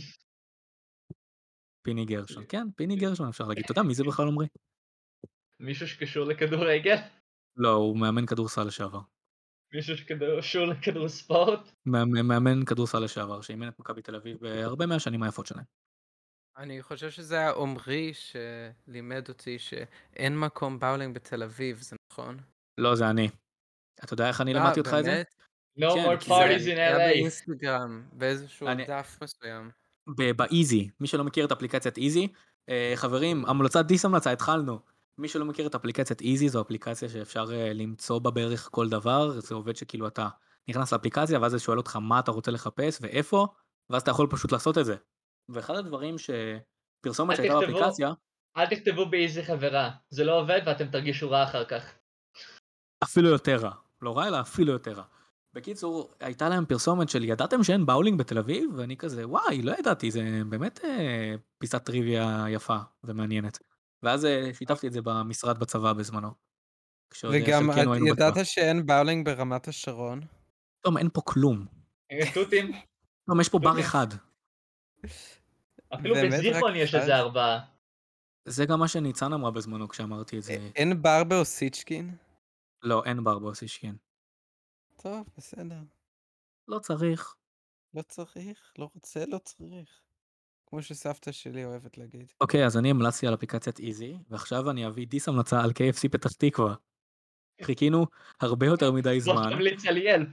פיני גרשון, כן, פיני גרשון אפשר להגיד. אתה יודע מי זה בכלל עומרי? מישהו שקשור לכדורגל? לא, הוא מאמן כדורסל לשעבר. מישהו שקשור לכדור ספורט? מאמן מאמן כדורסל לשעבר, שאימן את מכבי תל אביב בהרבה מהשנים היפות שלהם. אני חושב שזה היה עומרי שלימד אותי שאין מקום באולינג בתל אביב, זה נכון? לא, זה אני. אתה יודע איך אני אה, למדתי אותך את זה? באמת? No כן, more כי זה parties זה in היה L A. באינסטגרם, באיזשהו אני, דף מסוים. ב- באיזי, מי שלא מכיר את אפליקציית איזי, אה, חברים, המלצת דיס המלצה, התחלנו. מי שלא מכיר את אפליקציית איזי, זו אפליקציה שאפשר אה, למצוא בה בערך כל דבר, זה עובד שכאילו אתה נכנס לאפליקציה, ואז זה שואל אותך מה אתה רוצה לחפש ואיפה, ואז אתה יכול פשוט לעשות את זה. ואחד הדברים שפרסומת אל שהייתה תכתבו, באפליקציה, אל תכתבו באיזי חברה. זה לא עובד ואתם תרגישו רע אחר כך. אפילו יותר רע. לא רע, אלא אפילו יותר רע. בקיצור, הייתה להם פרסומת של ידעתם שאין באולינג בתל אביב? ואני כזה, וואי, לא ידעתי, זה באמת אה, פיסת טריוויה יפה ומעניינת. ואז אה, שיתפתי את זה במשרד בצבא בזמנו, כשעוד אה, וגם חלקנו את היינו ידעת בצבא. שאין באולינג ברמת השרון? טוב, אין פה כלום. תותים, טוב, יש פה בר תותים. אחד. אפילו באמת רק בזיכרון יש אחד? איזה ארבעה. זה גם מה שניצן אמרה בזמנו כשאמרתי את א- זה. אין בר באוסיצ'קין? לא, אין בר באוסישקין. טוב, בסדר. לא צריך. לא צריך, לא רוצה, לא צריך. כמו שסבתא שלי אוהבת להגיד. אוקיי, אז אני המלצתי על אפליקציית איזי, ועכשיו אני אביא דיס המלצה על קיי אף סי פתח תקווה. חיכינו הרבה יותר מדי בוא זמן. תמליץ על ילפ.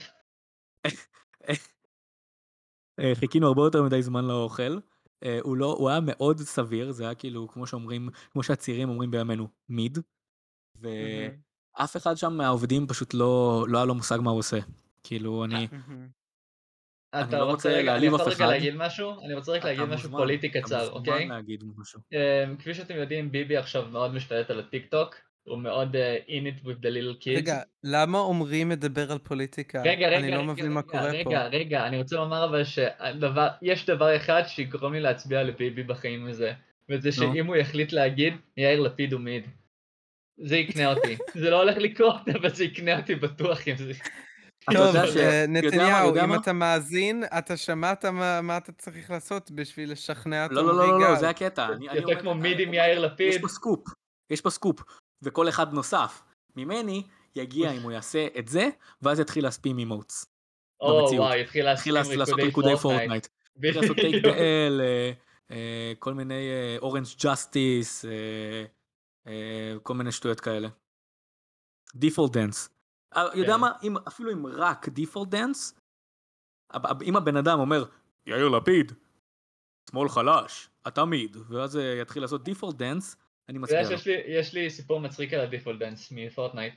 אה, חיכינו הרבה יותר מדי זמן לאוכל. אה, הוא לא, הוא היה מאוד סביר, זה היה כאילו, כמו שאומרים, כמו שהצעירים אומרים בימינו, מיד. מהמם, ואף אחד שם מהעובדים פשוט לא, לא היה לו מושג מה הוא עושה. כאילו, אני, מהמם. אני אתה לא רוצה רוצה רגע, אני להעליב יכול אף רגע אחד. להגיד משהו? אני רוצה רק אתה להגיד משהו מוזמן, פוליטי אתה קצר, מוזמן אוקיי? להגיד משהו. Um, כפי שאתם יודעים, ביבי עכשיו מאוד משתלט על הטיק טוק, הוא מאוד uh, in it with the little kids. רגע, למה עמרי מדבר על פוליטיקה? רגע, אני רגע, לא רגע, מבין מה רגע, קורה פה. רגע, רגע, אני רוצה לומר אבל שיש דבר אחד שיגרום לי להצביע לביבי בחיים הזה, וזה נו. שאם הוא יחליט להגיד, יאיר לפיד הוא מיד. זה יקנה אותי. זה לא הולך לקרות, אבל זה יקנה אותי בטוח אם זה... אתה טוב, יודע ש... אה, יודע מה, נתניהו, יודע אם מה? אתה מאזין, אתה שמעת מה מה אתה צריך לעשות בשביל לשכנע את לא, לא, לא, עמרי לא, לא, גל. זה הקטע. אני, אני יותר עומד, כמו מיד עם עוד יאיר רגע, יש לפיד. פה סקופ. יש פה סקופ. וכל אחד נוסף ממני יגיע אם הוא יעשה את זה, ואז יתחיל להספים אימוטס. או במציאות. וואו, יתחיל יתחיל להסכים לעש- לעשות ריקודי ריקודי פורטנייט. פורטנייט. יתחיל לעשות טייק דה אל, כל מיני אורנג' ג'אסטיס, כל מיני שטויות כאלה. דיפולט דנס. יודע כן. מה? אם, אפילו אם רק דיפולט דנס, אם הבן אדם אומר, יאיר לפיד, שמאל חלש, אתה מיד, ואז אה, יתחיל לעשות דיפולט דנס, אני אתה יודע מצביע לו. שיש לי, יש לי סיפור מצחיק על הדיפולט דנס מפורטנייט.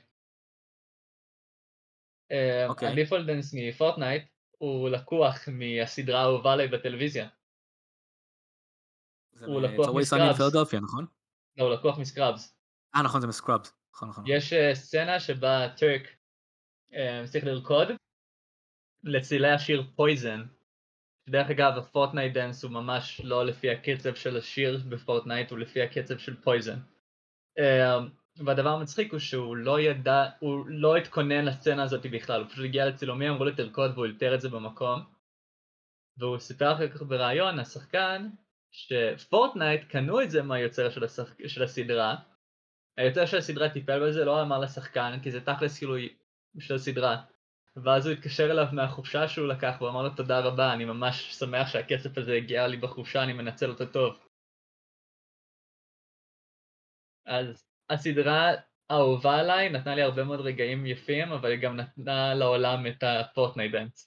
אה, אוקיי. הדיפולט דנס מפורטנייט הוא לקוח מהסדרה האהובה עליי בטלוויזיה. זה הוא מ-It's לקוח Always Sunny in מסקראבס. Philadelphia, נכון? לא, הוא לקוח מסקראבס. אה, נכון, זה מסקראבס. נכון, נכון, נכון. יש אה, סצנה שבה טרק אה, צריך לרקוד לצלילי השיר פויזן. דרך אגב, הפורטנייט דנס הוא ממש לא לפי הקצב של השיר בפורטנייט, הוא לפי הקצב של פויזן. והדבר המצחיק הוא שהוא לא ידע, הוא לא התכונן לסצנה הזאת בכלל, הוא פשוט הגיע לצילומי, אמרו לו תרקוד והוא אלתר את זה במקום. והוא סיפר אחר כך ברעיון, השחקן, שפורטנייט קנו את זה מהיוצר של, השח... של הסדרה. היוצר של הסדרה טיפל בזה, לא אמר לשחקן, כי זה תכלס כאילו של הסדרה. ואז הוא התקשר אליו מהחופשה שהוא לקח, והוא אמר לו תודה רבה, אני ממש שמח שהכסף הזה הגיע לי בחופשה, אני מנצל אותו טוב. אז הסדרה האהובה עליי נתנה לי הרבה מאוד רגעים יפים, אבל היא גם נתנה לעולם את הפורטנייט דנס.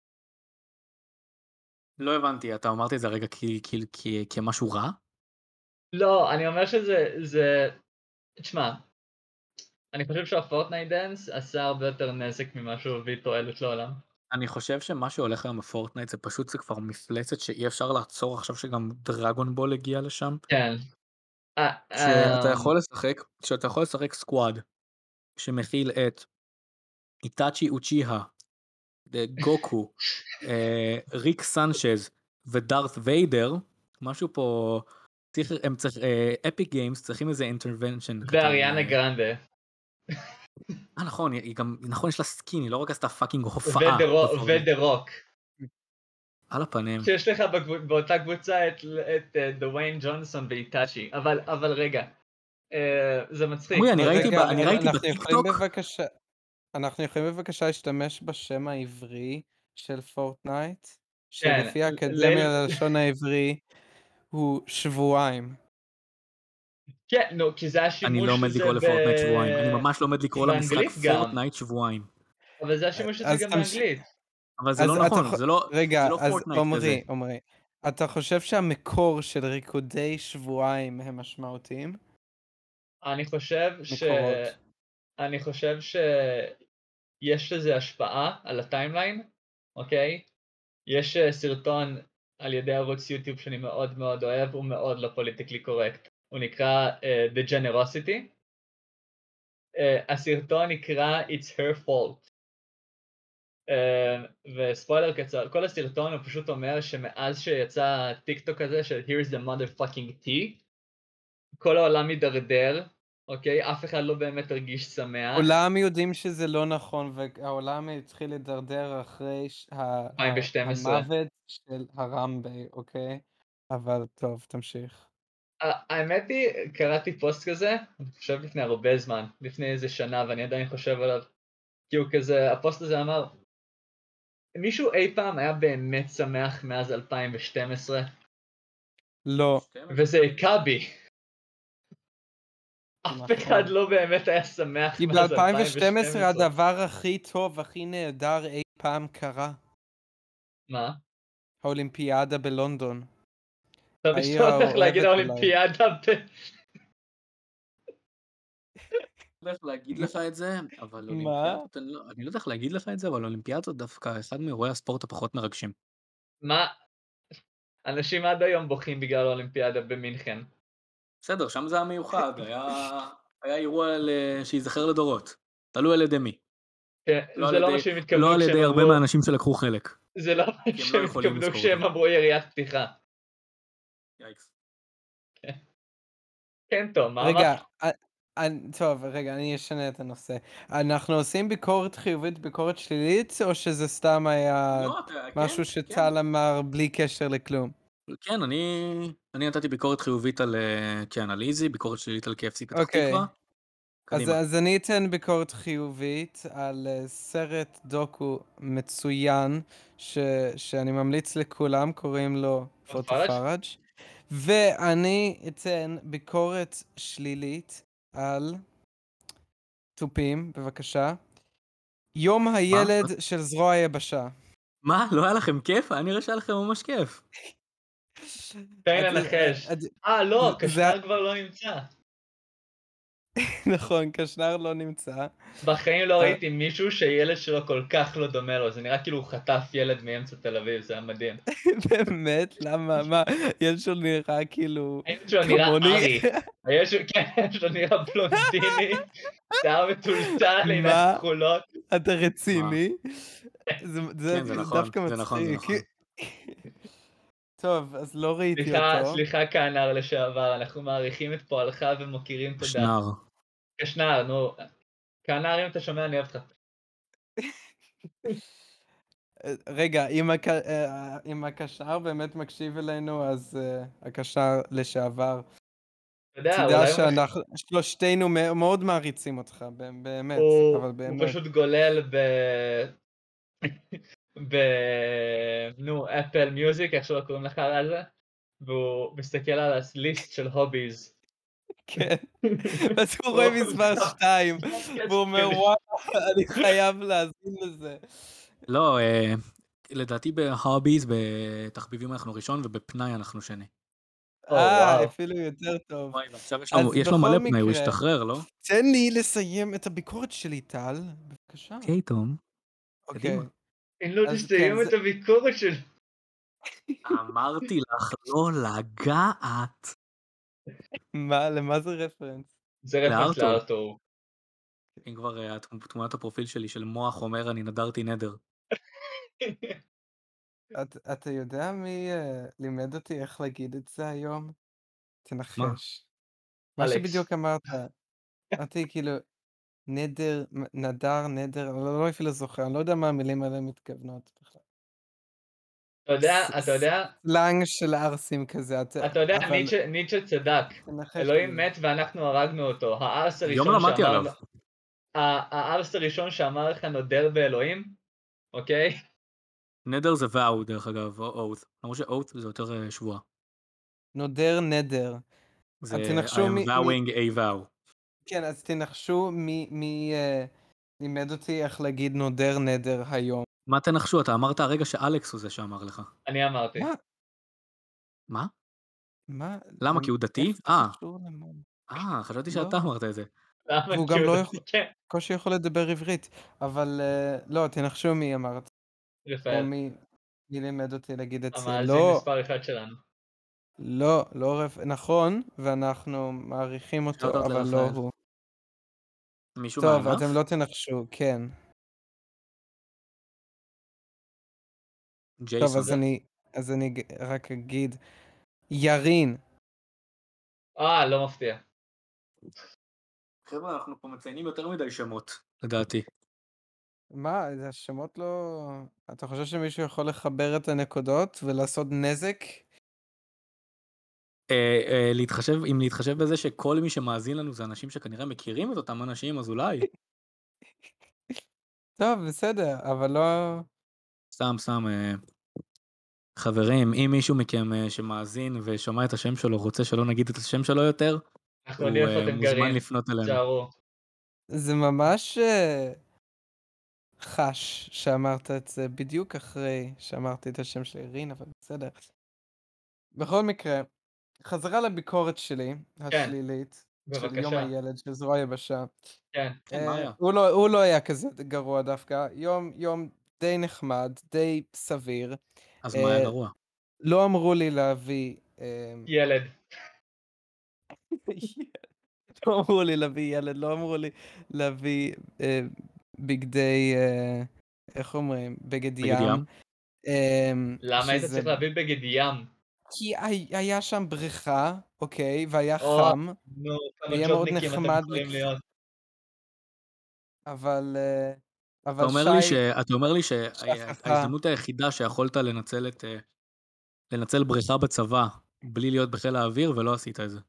לא הבנתי, אתה אמרת את זה רגע כי- כי- כי- כמשהו רע? לא, אני אומר שזה, זה... תשמע, אני חושב שהפורטנייט דנס עשה הרבה יותר נזק ממה שהוא הביא תועלת לעולם. אני חושב שמה שהולך היום בפורטנייט זה פשוט זה כבר מפלצת שאי אפשר לעצור עכשיו שגם דרגון בול הגיע לשם. כן. אה, שאתה אה, יכול לשחק, שאתה יכול לשחק סקוואד שמכיל את איטאצ'י אוצ'יהה, גוקו, אה, ריק סנצ'ז ודארת ויידר, משהו פה, צריך, הם צריך, אפיק גיימס צריכים איזה אינטרוונשן קטן. ואריאנה אה, גרנדה. אה נכון, היא גם, נכון יש לה סקין, היא לא רק עשתה פאקינג הופעה. בפורטנייט. ודה רוק. על הפנים. שיש לך בקבוצ... באותה קבוצה את, את uh, דוויין ג'ונסון ואיטאצ'י. אבל, אבל רגע, uh, זה מצחיק. עמרי, אני אבל ראיתי רגע, ב- אני רגע, ראיתי אנחנו יכולים בטיקטוק, בבקשה, אנחנו יכולים בבקשה להשתמש בשם העברי של פורטנייט, שלפי האקדמיה ליל- ללשון העברי הוא שבועיים. כן, נו, כי זה אני השימוש לא עומד שזה לקרוא ב... לפורטנייט שבועיים, אני ממש לא עומד לקרוא למשחק באנגלית גם. פורטנייט שבועיים. אבל זה השימוש שזה אז גם תמש- באנגלית. אבל זה אז לא אתה נכון, יכול- זה לא רגע, זה לא אז פורטנייט כזה. עמרי, עמרי, אתה חושב שהמקור של ריקודי שבועיים הם משמעותיים? אני חושב ש... מקורות. אני חושב שיש לזה השפעה על הטיימליין, אוקיי? יש אה, סרטון על ידי ערוץ יוטיוב שאני מאוד מאוד אוהב, הוא מאוד לא פוליטיקלי קורקט. הוא נקרא uh, The Generosity. Uh, הסרטון נקרא It's Her Fault. אה, וספוילר קצר, כל הסרטון הוא פשוט אומר שמאז שיצא טיק טוק הזה של here's the motherfucking tea, כל העולם מידרדר, אוקיי? אף אחד לא באמת הרגיש שמח. כולם יודעים שזה לא נכון, והעולם התחיל לדרדר אחרי ש- ה- אלפיים ה- ושתים עשרה. המוות של הרמבי, אוקיי? אבל טוב, תמשיך. ה- האמת היא, קראתי פוסט כזה, אני חושב לפני הרבה זמן, לפני איזה שנה, ואני עדיין חושב עליו, כי הוא כזה, הפוסט הזה אמר, מישהו אי פעם היה באמת שמח מאז אלפיים ושתים עשרה? לא, וזה הכה בי. אף נכון. אחד לא באמת היה שמח כי מאז ב-אלפיים אלפיים ושתים ושתים עשרה עשרה. הדבר הכי טוב, הכי נהדר אי פעם קרה. מה? האולימפיאדה בלונדון. חשבתי ההיא שאתה הולך להגיד האוהבת אולי. האולימפיאדה ב... הולך להגיד לך את זה, אבל מה? אולימפיאדות, אני לא אני לא יודע איך להגיד לך את זה, אבל אולימפיאדות דווקא אחד מאירועי הספורט הפחות מרגשים. מה? אנשים עד היום בוכים בגלל האולימפיאדה במינכן. בסדר, שם זה היה מיוחד, היה היה אירוע ל- שייזכר לדורות. תלוי על ידי מי. כן, לא על זה לא מה ידי שהם לא התכוונו על כשהם ידי הרבה אמרו, מהאנשים שלקחו חלק, זה לא מה כי הם לא שהם יכולים התכוונו לזכור כשהם אותו. אמרו יריית פתיחה. יאיקס. כן, טוב, מה רגע, אמרת? א- אני- טוב, רגע, אני אשנה את הנושא. אנחנו עושים ביקורת חיובית, ביקורת שלילית, או שזה סתם היה לא, אתה, כן, משהו כן. שטל אמר בלי קשר לכלום? כן, אני אני נתתי ביקורת חיובית על אה, כן, על איזי, ביקורת שלילית על קי אף סי פתח אוקיי. תקווה. אז, קדימה. אז אני אתן ביקורת חיובית על uh, סרט דוקו מצוין, ש, שאני ממליץ לכולם, קוראים לו פוטו פוטו פראג'? פראג', ואני אתן ביקורת שלילית על תופים, בבקשה. יום מה? הילד של זרוע היבשה. מה? לא היה לכם כיף? היה נראה שהיה לכם ממש כיף. תן את- לנחש. את- אה, לא, זה- זה- קשנר כבר לא נמצא. נכון, קשנר לא נמצא. בחיים לא אה. ראיתי מישהו שילד שלו כל כך לא דומה לו, זה נראה כאילו הוא חטף ילד מאמצע תל אביב, זה היה מדהים. באמת? למה? מה? ילד שלו נראה כאילו הילד שלו נראה כמוני? ארי. הילד שלו, כן, הילד שלו נראה בלונדיני, שיער מטולטל, עיניים מה? כחולות. אתה רציני? זה זה כן, זה נכון, דווקא זה נכון, זה מצחיק. נכון. טוב, אז לא ראיתי סליחה, אותו. סליחה כהנר לשעבר, אנחנו מעריכים את פועלך ומוקירים תודה. שנר. קשנר, נו. כהנר, אם אתה שומע, אני אוהב אותך. אה, רגע, אם הק- אה, אם הקשר באמת מקשיב אלינו, אז אה, הקשר לשעבר. אתה יודע, תדע אולי הוא מח- שאנחנו שלושתנו מא- מאוד מעריצים אותך, ב- באמת, הוא אבל הוא באמת. פשוט גולל ב... ב... נו, אפל מיוזיק, איך שלא קוראים לך על זה, והוא מסתכל על הליסט של הוביז. כן. אז הוא רואה מספר שתיים, והוא אומר, וואו, אני חייב להאזין לזה. לא, אה, לדעתי בהוביז, בתחביבים אנחנו ראשון ובפנאי אנחנו שני. או, אה, וואו. אפילו יותר טוב. וואי, ועכשיו יש אז לו, יש לו בכל מלא פנאי, הוא מקרה- ישתחרר, לא? תן לי לסיים את הביקורת שלי, טל, בבקשה. אוקיי, תום. אוקיי. קדימה. אם לא אז תסיים כן, את זה- הביקורת שלי. אמרתי לך לא לגעת. מה, למה זה רפרנס? זה רפרנס לארתור. לארתור. אם כבר אה, התמ- תמונת הפרופיל שלי של מוח אומר אני נדרתי נדר. את- אתה יודע מי אה, לימד אותי איך להגיד את זה היום? תנחש. מה אלכס. שבדיוק אמרת. אמרתי כאילו, נדר, מ- נדר, נדר, אני לא לא אפילו זוכר, אני לא יודע מה המילים האלה מתכוונות בכלל. אתה יודע, ס- אתה יודע, סלנג של ערסים כזה, אתה אתה יודע, אבל- ניטשה- ניטשה צדק. תנחש אלוהים לי. מת ואנחנו הרגנו אותו. הארס היום הראשון למדתי שאמר... עליו. ה- הארס הראשון שאמר לך נודר באלוהים, אוקיי? נדר זה ואו דרך אגב, או oath. למרות ש-oath זה יותר אה, שבועה. נודר נדר. זה תנחשו I am מי- מי- vowing a vow. כן, אז תנחשו מי, מי אה, לימד אותי איך להגיד נודר נדר היום. מה תנחשו? אתה אמרת הרגע שאלכס הוא זה שאמר לך. אני אמרתי. מה? מה? מה? למה? כי הוא דתי? איך זה אה. קשור למה? אה, חשבתי לא. שאתה אמרת את זה. למה? והוא כי גם הוא לא דתי, יכול- כן. קושי יכול לדבר עברית, אבל אה, לא, תנחשו מי אמרת. או רפאל, מי, מי לימד אותי להגיד את זה. המאזין לא, מספר אחד שלנו. לא, לא רפ... נכון, ואנחנו מעריכים אותו, שאוט-אאוט אבל לא לרפאל. הוא. מישהו טוב, מהענף? אתם לא תנחשו, כן. טוב, ג'ייסון. אז אני, אז אני ג- רק אגיד, ירין. אה, לא מפתיע. חבר'ה, אנחנו פה מציינים יותר מדי שמות, לדעתי. מה, זה השמות לא... אתה חושב שמישהו יכול לחבר את הנקודות ולעשות נזק? אה, אה, להתחשב, אם להתחשב בזה שכל מי שמאזין לנו זה אנשים שכנראה מכירים את אותם אנשים, אז אולי. טוב, בסדר, אבל לא... סתם, סתם, אה, חברים, אם מישהו מכם אה, שמאזין ושומע את השם שלו רוצה שלא נגיד את השם שלו יותר, אנחנו יודעים הוא איפה אה, אתם מוזמן גרים. לפנות אלינו. תשארו. זה ממש אה, חש שאמרת את זה בדיוק אחרי שאמרתי את השם של ירין, אבל בסדר. בכל מקרה, חזרה לביקורת שלי, כן, השלילית, של יום בבקשה. הילד של זרוע היבשה. כן. כן, מה אה, היה? הוא לא, הוא לא היה כזה גרוע דווקא, יום, יום די נחמד, די סביר. אז מה היה אה, גרוע? לא אמרו לי להביא... אה, ילד. לא אמרו לי להביא ילד, לא אמרו לי להביא אה, בגדי, אה, איך אומרים? בגד בגד ים. ים? אמ, למה היית שזה... צריך להביא בגד ים? כי הי- היה שם בריכה, אוקיי, והיה או, חם, נו, כמה ויהיה מאוד ג'ובניקים אתם נחמד, יכולים לכ... להיות. אבל, אה, אתה אבל אומר לי ש... שי אתה אומר לי שכחה, שההזדמנות היחידה שיכולת לנצל את... אה, לנצל בריכה בצבא בלי להיות בחיל האוויר ולא עשית את זה.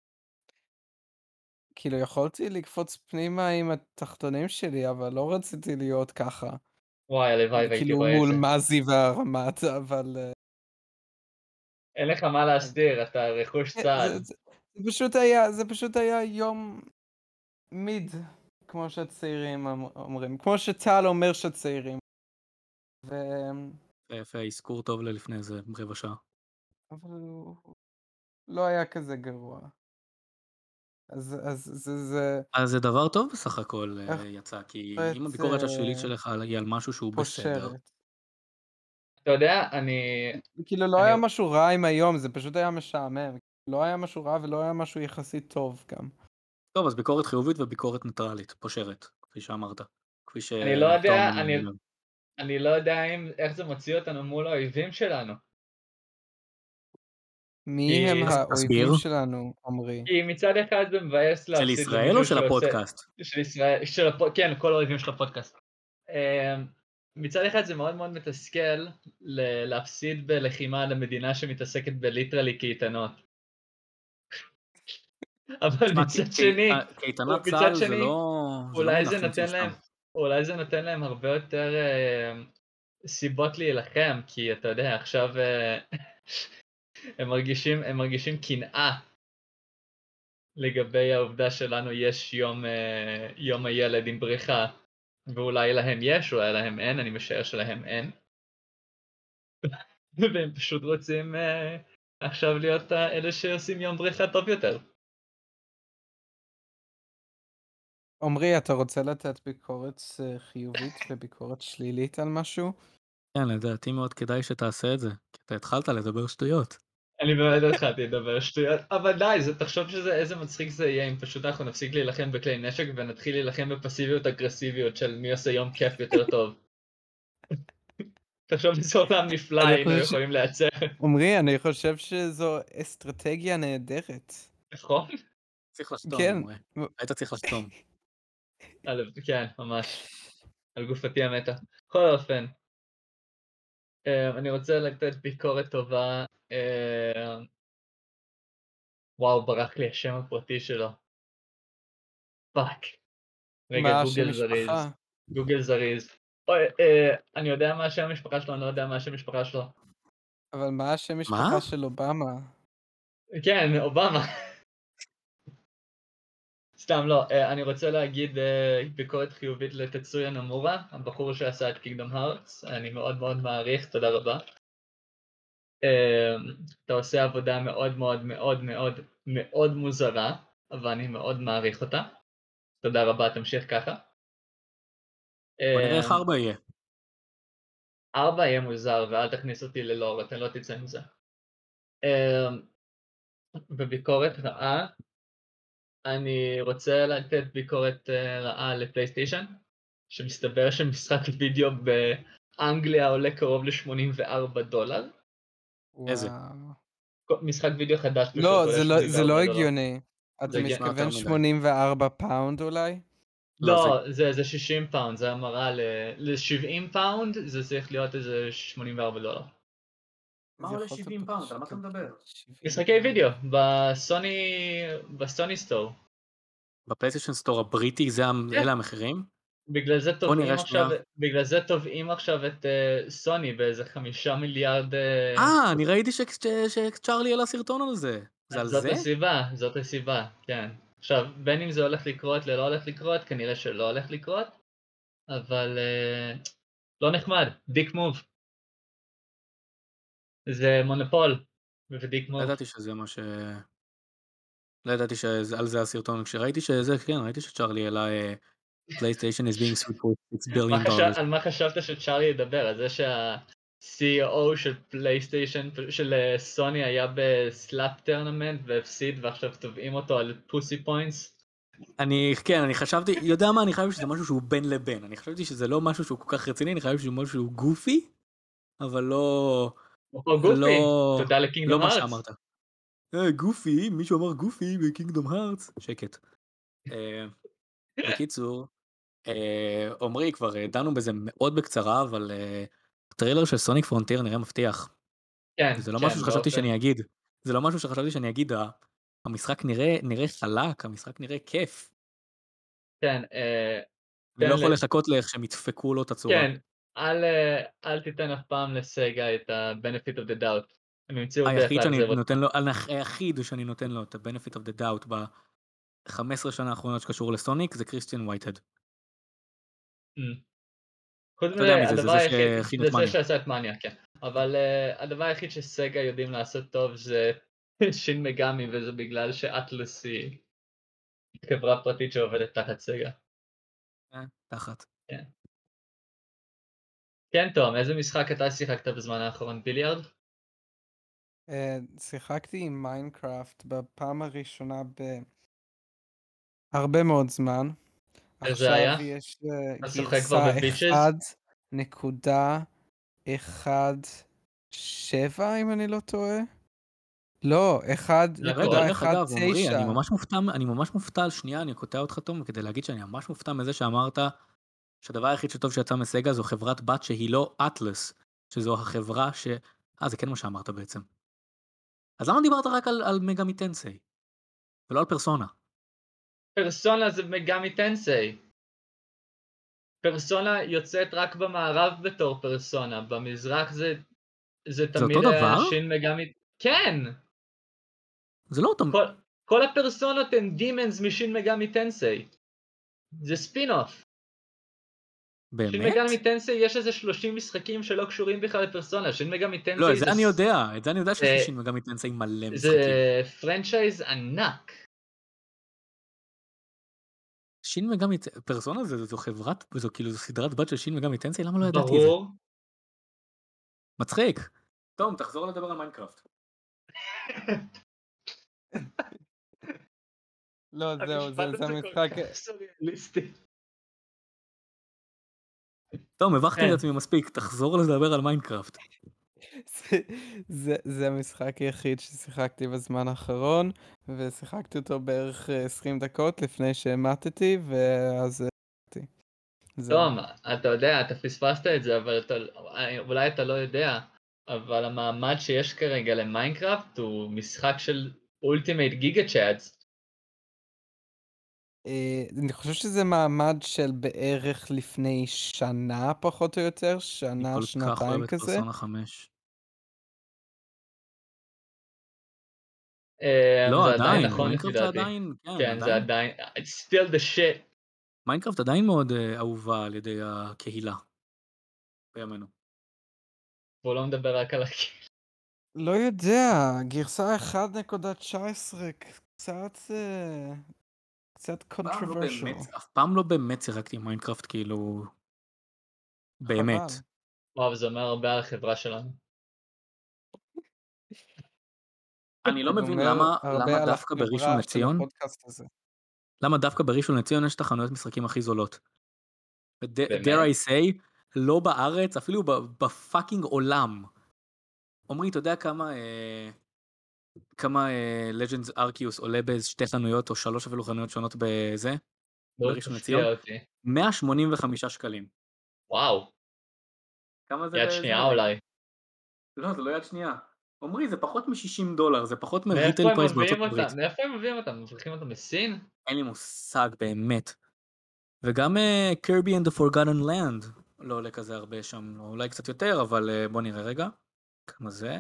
כאילו יכולתי לקפוץ פנימה עם התחתונים שלי, אבל לא רציתי להיות ככה, וואי, הלוואי והייתי כאילו רואה את מול זה. מזי והרמ"ט, אבל... אה, אין לך מה להסתיר, אתה רכוש זה, צה"ל. זה, זה, זה פשוט היה, זה פשוט היה יום מיד, כמו שהצעירים אמ- אומרים, כמו שטל אומר שהצעירים. ו... יפה, אזכור טוב ללפני איזה רבע שעה. אבל הוא לא היה כזה גרוע. אז, אז זה, זה אז זה דבר טוב בסך הכל אה, איך יצא, כי אם את הביקורת השלילית אה, שלך היא על משהו שהוא בסדר, פושרת. אתה יודע, אני... כאילו לא אני... היה משהו רע עם היום, זה פשוט היה משעמם. לא היה משהו רע ולא היה משהו יחסית טוב גם. טוב, אז ביקורת חיובית וביקורת ניטרלית, פושרת, כפי שאמרת, כפי אני לא יודע, שתום אני... אומר. אני לא יודע אם... איך זה מוציא אותנו מול האויבים שלנו. מי הם כי... אז תסביר, האויבים שלנו, עמרי? כי מצד אחד זה מבאס של להפסיד ישראל או למישהו של שעושה... הפודקאסט? של ישראל... של הפ... כן, כל האויבים של הפודקאסט. אמ, מצד אחד זה מאוד מאוד מתסכל ל- להפסיד בלחימה למדינה שמתעסקת בליטרלי קייטנות. אבל תשמע, מצד שני, קייטנת מצד צה"ל זה שני, לא זה לא אולי זה מונח נותן להם, מצומצם. אולי זה נותן להם הרבה יותר אה, סיבות להילחם, כי אתה יודע, עכשיו אה, הם מרגישים, הם מרגישים קנאה לגבי העובדה שלנו יש יום, אה, יום הילד עם בריכה, ואולי להם יש, אולי להם אין, אני משער שלהם אין. והם פשוט רוצים אה, עכשיו להיות אה, אלה שעושים יום בריכה טוב יותר. עמרי, אתה רוצה לתת ביקורת אה, חיובית וביקורת שלילית על משהו? כן, לדעתי מאוד כדאי שתעשה את זה, כי אתה התחלת לדבר שטויות. אני באמת התחלתי לדבר שטויות, אבל די, זה, תחשוב שזה איזה מצחיק זה יהיה אם פשוט אנחנו נפסיק להילחם בכלי נשק ונתחיל להילחם בפסיביות אגרסיביות של מי עושה יום כיף יותר טוב. תחשוב איזה עולם נפלא אני היינו חושב ש... יכולים לייצר, עמרי, אני חושב שזו אסטרטגיה נהדרת. נכון? צריך לחתום, כן. עמרי. היית צריך לחתום. על- כן, ממש. על גופתי המתה. בכל אופן, אה, אני רוצה לתת ביקורת טובה. אה, וואו, ברח לי השם הפרטי שלו. פאק. רגע, מה השם גוגל זריז. משפחה? גוגל זריז. אוי, אה, אני יודע מה השם המשפחה שלו, אני לא יודע מה השם המשפחה שלו. אבל מה השם מה? משפחה של אובמה? כן, אובמה. סתם לא, אה, אני רוצה להגיד אה, ביקורת חיובית לטצויה נמורה, הבחור שעשה את קינגדום הארטס, אני מאוד מאוד מעריך, תודה רבה. אה, אתה עושה עבודה מאוד מאוד מאוד מאוד מאוד מוזרה, אבל אני מאוד מעריך אותה. תודה רבה, תמשיך ככה. בוא נראה אה, איך ארבע יהיה. ארבע יהיה מוזר ואל תכניס אותי ללור, אתה לא תצא מזה. אה, בביקורת רעה, אני רוצה לתת ביקורת uh, רעה לפלייסטיישן, שמסתבר שמשחק וידאו באנגליה עולה קרוב ל-שמונים וארבעה דולר. איזה? וואו. משחק וידאו חדש פשוט לא, עולה זה לא, שמונים זה לא וארבעה דולר. הגיוני. זה אתה הגיוני. נשמע יותר מתכוון מדי. שמונים וארבע פאונד אולי? לא, זה... לא, זה, זה שישים פאונד, זה המרה ל-שבעים פאונד, זה צריך להיות איזה שמונים וארבעה דולר. מה זה עולה יכול להיות שבעים פאונד? על מה אתה שקל. מדבר? שבעים משחקי פאונד. וידאו, בסוני, בסוני סטור. בפלייסטיישן סטור הבריטי זה, ה- כן. אלה המחירים? בגלל זה בוא נראה תובעים עכשיו, שנייה. בגלל זה תובעים עכשיו את uh, סוני באיזה חמישה מיליארד... Uh, אה, אני ראיתי ש- ש- שצ'ארלי העלה סרטון על זה. זה על זאת זה? הסיבה, זאת הסיבה, כן. עכשיו, בין אם זה הולך לקרות ללא הולך לקרות, כנראה שלא הולך לקרות, אבל uh, לא נחמד, דיק מוב. זה מונופול, ודיק לא מוב. ידעתי שזה מה ש... לא ידעתי שעל זה הסרטון. כשראיתי שזה, כן, ראיתי שצ'ארלי העלה אה, PlayStation is being sued for six מה billion חשב, dollars. על מה חשבת שצ'ארלי ידבר? על זה שה-סי אי או של פלייסטיישן, של אה, סוני היה בסלאפ טרנמנט והפסיד ועכשיו תובעים אותו על פוסי פוינטס? אני, כן, אני חשבתי, יודע מה, אני חייב שזה משהו שהוא בין לבין. אני חשבתי שזה לא משהו שהוא כל כך רציני, אני חייב שזה משהו שהוא גופי, אבל לא, או גופי, לא, תודה לא לקינגדום מה הארטס. שאמרת. אה, גופי, מישהו אמר גופי בקינגדום הארטס. שקט. אה, בקיצור, אה, עומרי, כבר אה, דנו בזה מאוד בקצרה, אבל אה, הטריילר של סוניק פרונטיר נראה מבטיח. כן, זה לא משהו כן, שחשבתי באופן, שאני אגיד. זה לא משהו שחשבתי שאני אגיד, ה- המשחק נראה, נראה חלק, המשחק נראה כיף. כן, אה, אני לא תן יכול ל... לחכות לאיך שהם ידפקו לו את הצורה. כן, אל, אה, אל תיתן אף פעם לסגה את ה-benefit of the doubt. הם ימצאו דרך היחיד שאני לאכזב אותך. נותן לו, היחיד שאני נותן לו את ה-benefit of the doubt ב-חמש עשרה שנה האחרונות שקשור לסוניק זה קריסטיאן וייטהד. Mm. חוץ אתה יודע מזה, מי זה, זה הדבר זה היחיד, שהכין זה את זה מניה. שעשה את מניה, כן. אבל uh, הדבר היחיד שסגה יודעים לעשות טוב זה שין מגמי, וזה בגלל שאטלס היא חברה פרטית שעובדת תחת סגה. אה, תחת. כן. כן, תום, איזה משחק אתה שיחקת בזמן האחרון? ביליארד? אה, שיחקתי עם מיינקראפט בפעם הראשונה בהרבה מאוד זמן. איזה היה? עכשיו יש אה, אתה שוחק כבר גרסה בביצ'ז? אחד נקודה אחד שבע אם אני לא טועה. לא, אחד זה רגע, הכל. נקודה דרך אחד אגב, עמרי, אני תשע. ממש מופתע, אני ממש מופתע, שנייה, אני קוטע אותך תום, כדי להגיד שאני ממש מופתע מזה שאמרת שהדבר היחיד שטוב שיצא מסגה זו חברת בת שהיא לא אטלס, שזו החברה ש... אה, זה כן מה שאמרת בעצם. אז למה דיברת רק על, על מגה מיטנסי, ולא על פרסונה? פרסונה זה מגמי טנסי. פרסונה יוצאת רק במערב בתור פרסונה, במזרח זה, זה זה תמיד אותו היה דבר? שין מגמי... כן! זה לא אותו... כל, כל הפרסונות הן דימנס משין מגמי טנסי. זה ספין אוף. שין באמת? מגמי טנסי יש איזה שלושים משחקים שלא קשורים בכלל לפרסונה. שין מגמי לא, את טנסי זה זה, אני יודע, את זה אני יודע שיש זה, לשין מגה מיטנסי מלא זה משחקים. פרנצ'ייז ענק. שין מגה מיטנסי, פרסונה זה, זו חברת, זו כאילו זו סדרת בת של שין מגה מיטנסי, למה לא ידעתי את זה? ברור. מצחיק. תום, תחזור לדבר על מיינקראפט. לא, זהו, זה המשפט זה הזה המשחק... כל כך סוריאליסטי. תום, הבכתי כן. את עצמי מספיק, תחזור לדבר על מיינקראפט. זה- זה זה המשחק היחיד ששיחקתי בזמן האחרון, ושיחקתי אותו בערך אה, עשרים דקות לפני שהמטתי, ואז... אה, זהו. תום, אתה יודע, אתה פספסת את זה, אבל אתה, אולי אתה לא יודע, אבל המעמד שיש כרגע למיינקראפט הוא משחק של אולטימייט גיגה צ'אדס. אה, אני חושב שזה מעמד של בערך לפני שנה פחות או יותר, אני שנה, כל כך אוהב שנתיים את כזה. פרסונה חמש. זה לא, עדיין עדיין, נכון לפי מיינקראפט זה דעתי. עדיין, כן, כן, זה עדיין. עדיין, it's still the shit. מיינקראפט עדיין מאוד אה, אהובה על ידי הקהילה. בימינו. והוא לא מדבר רק על הקהילה. לא יודע, גרסה אחת נקודה תשע עשרה קצת... אה, קצת פעם לא controversial. באמת, אף פעם לא באמת שיחקתי עם מיינקראפט כאילו... באמת. חבל. וואו, זה אומר הרבה על החברה שלנו. אני לא זה מבין אומר למה, למה הרבה על דווקא בראשון החברה של לציון, הפודקאסט הזה. למה דווקא בראשון לציון יש את החנויות משחקים הכי זולות. ו- dare באמת? I say, לא בארץ, אפילו בפאקינג עולם. עומרי, אתה יודע כמה אה, כמה לג'נדס ארקיוס עולה באיזה שתי חנויות, או שלוש אפילו חנויות שונות בזה, בוא בראשון לציון? תפתיע אותי. מאה שמונים וחמישה שקלים. וואו, כמה זה יד בזה? שנייה רגע. אולי. לא, זה לא יד שנייה. עומרי, זה פחות מ-שישים דולר, זה פחות מאיפה מריטייל הם פרייס בארצות מביאים הברית. אותם? מאיפה הם מביאים אותם? מפריחים אותם מסין? אין לי מושג באמת. וגם קירבי and the Forgotten Land לא עולה כזה הרבה שם, אולי קצת יותר, אבל uh, בוא נראה רגע. כמה זה?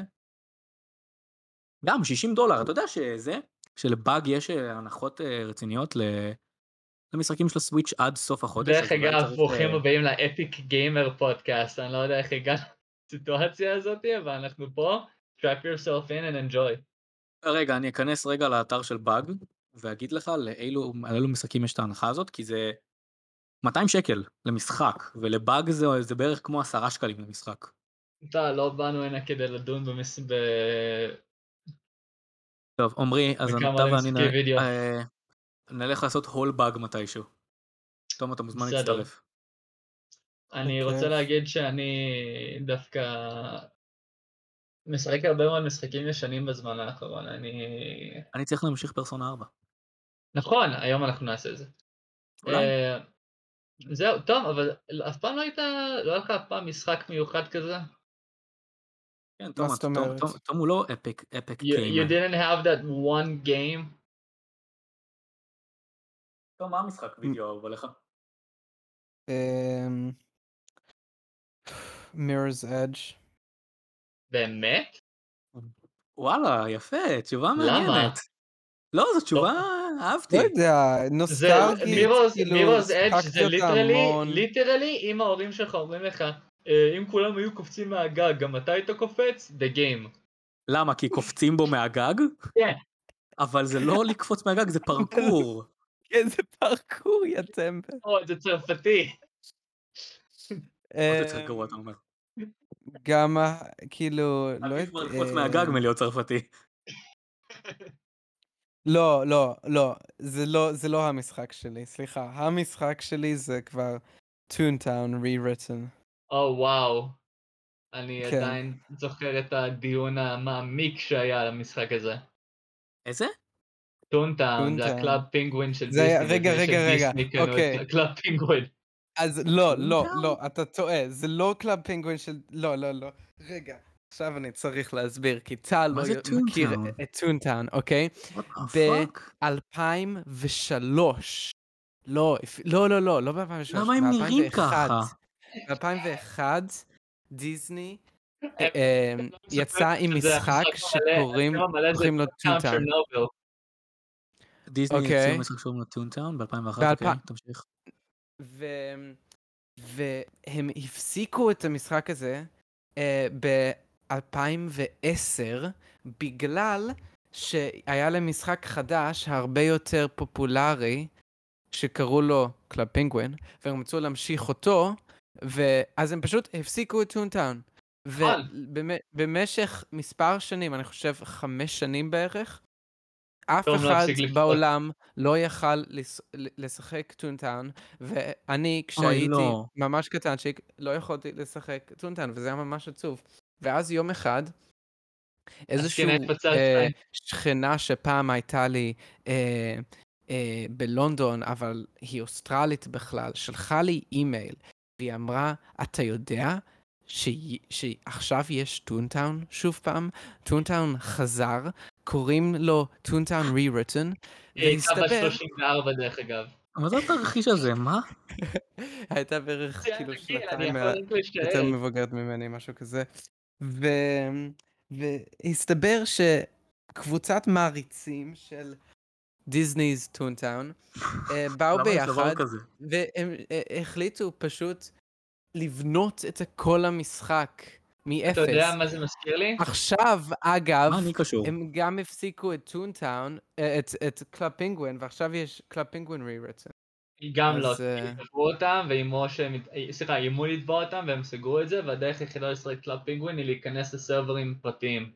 גם שישים דולר, אתה יודע שזה, שלבאג יש אה, הנחות uh, רציניות ל... למשחקים של הסוויץ' עד סוף החודש, דרך אז אולי אגב, צריך... ברוכים uh, הבאים לאפיק גיימר פודקאסט, אני לא יודע איך הגענו לסיטואציה הזאת, אבל אנחנו פה, strap yourself in and enjoy. רגע, אני אכנס רגע לאתר של באג, ואגיד לך לאילו, על אילו משחקים יש את ההנחה הזאת, כי זה מאתיים שקל למשחק, ולבאג זה, זה בערך כמו עשרה שקלים למשחק. אתה, לא באנו הנה כדי לדון במס... ב... טוב, עומרי, אז בכמה אתה עולים ואני נ... משחקי וידאו. אה, נלך לעשות הול באג מתישהו. תום, אתה מוזמן בסדר. להצטרף. אני רוצה בכיף. להגיד שאני דווקא משחק הרבה מאוד משחקים ישנים בזמן האחרון, אני... אני צריך להמשיך פרסונה ארבע. נכון, היום אנחנו נעשה את זה. אולי? אה, זהו, טוב, אבל אף פעם לא היית, לא היה לך אף פעם משחק מיוחד כזה? כן, מה תום, זאת תום, אומרת? תום, תום הוא לא אפיק, אפיק You, you גיימר. didn't have that one game? תום, מה המשחק וידאו אהוב עליך? אמ, Mirror's Edge. באמת? וואלה, יפה, תשובה למה? מעניינת. לא, זו תשובה, לא אהבתי. יודע, זה נוסטלגית, מירוס, כאילו, מירוס אדג' שיחקתי זה אותה ליטרלי, המון. ליטרלי אם ההורים שלך אומרים לך, "אה, אם כולם היו קופצים מהגג, גם אתה היית קופץ? The game. למה? כי קופצים בו מהגג? כן. אבל זה לא לקפוץ מהגג, זה פרקור. איזה פרקור, יא טמבל. או, זה צרפתי. עוד יותר אמ, גרוע, אתה אומר. גם, ה- כאילו, לא עדיף כבר לקפוץ מהגג יודע. מלהיות צרפתי. לא, לא, לא, זה לא, זה לא המשחק שלי, סליחה. המשחק שלי זה כבר Toontown Rewritten. או וואו. אני כן. עדיין זוכר את הדיון המעמיק שהיה על המשחק הזה. איזה? טונטאון, זה Toontown. הקלאב פינגווין של זה היה- דיסני, רגע, לפני רגע, רגע, שדיסני קנו אוקיי. את קלאב פינגווין. אז לא, לא, Toontown? לא, אתה טועה, זה לא קלאב פינגווין של... לא, לא, לא. רגע, עכשיו אני צריך להסביר, כי צה"ל מה לא זה י- מכיר Toontown? את טונטאון, אוקיי? What the fuck? ב-אלפיים ושלוש. לא, אפ- לא, לא, לא, לא ב-אלפיים ושלוש, למה הם נראים ב-אלפיים ואחת. ככה? ב-אלפיים ואחת דיסני הם- אה, הם לא יצא מספרים עם שזה משחק המשחק המלא, שקוראים השם המלא זה קוראים לו טונטאון טונטאון. צ'רנוביל. דיסני אוקיי. יציאו משחק שקוראים לו טונטאון ב-אלפיים ואחת, באלפיים- אוקיי, תמשיך. ו- והם הפסיקו את המשחק הזה אה, ב-אלפיים ועשר בגלל שהיה להם משחק חדש הרבה יותר פופולרי שקראו לו קלאב פינגווין והם רצו להמשיך אותו ואז הם פשוט הפסיקו את טונטאון נכון. ובמשך מספר שנים, אני חושב חמש שנים בערך, אף תום לא אחד הפסיק לקפוץ. בעולם לא יכל לס- לשחק טונטאון, ואני כשהייתי לא. ממש קטנצ'יק לא יכולתי לשחק טונטאון, וזה היה ממש עצוב. ואז יום אחד, איזשהו הזקנה התפצלה אה, לשתיים. שכנה שפעם הייתה לי אה, אה, בלונדון, אבל היא אוסטרלית בכלל, שלחה לי אימייל, והיא אמרה, אתה יודע ש- שעכשיו יש טונטאון שוב פעם? טונטאון חזר, קוראים לו טונטאון Rewritten, היא הייתה בת והסתבר, שלושים וארבע דרך אגב. מה זה התרחיש הזה? מה? הייתה בערך זה היה כאילו רגיל, אני שנתיים יכול מה- רק לשער. יותר מבוגרת ממני, משהו כזה. ו... והסתבר שקבוצת מעריצים של דיסני's טונטאון אה, באו למה יש דבר ביחד, כזה? והם אה, החליטו פשוט לבנות את כל המשחק מאפס. אתה יודע מה זה מזכיר לי? עכשיו, אגב, מה אני קשור? הם גם הפסיקו את טונטאון, אה, את, את קלאב פינגווין, ועכשיו יש קלאב פינגווין Rewritten. היא גם לא, אז, אה, תתבעו אותם, ואיימו שהם, סליחה, איימו לתבוע אותם והם סגרו את זה, והדרך היחידה לשחק קלאב פינגווין היא להיכנס לסרברים פרטיים.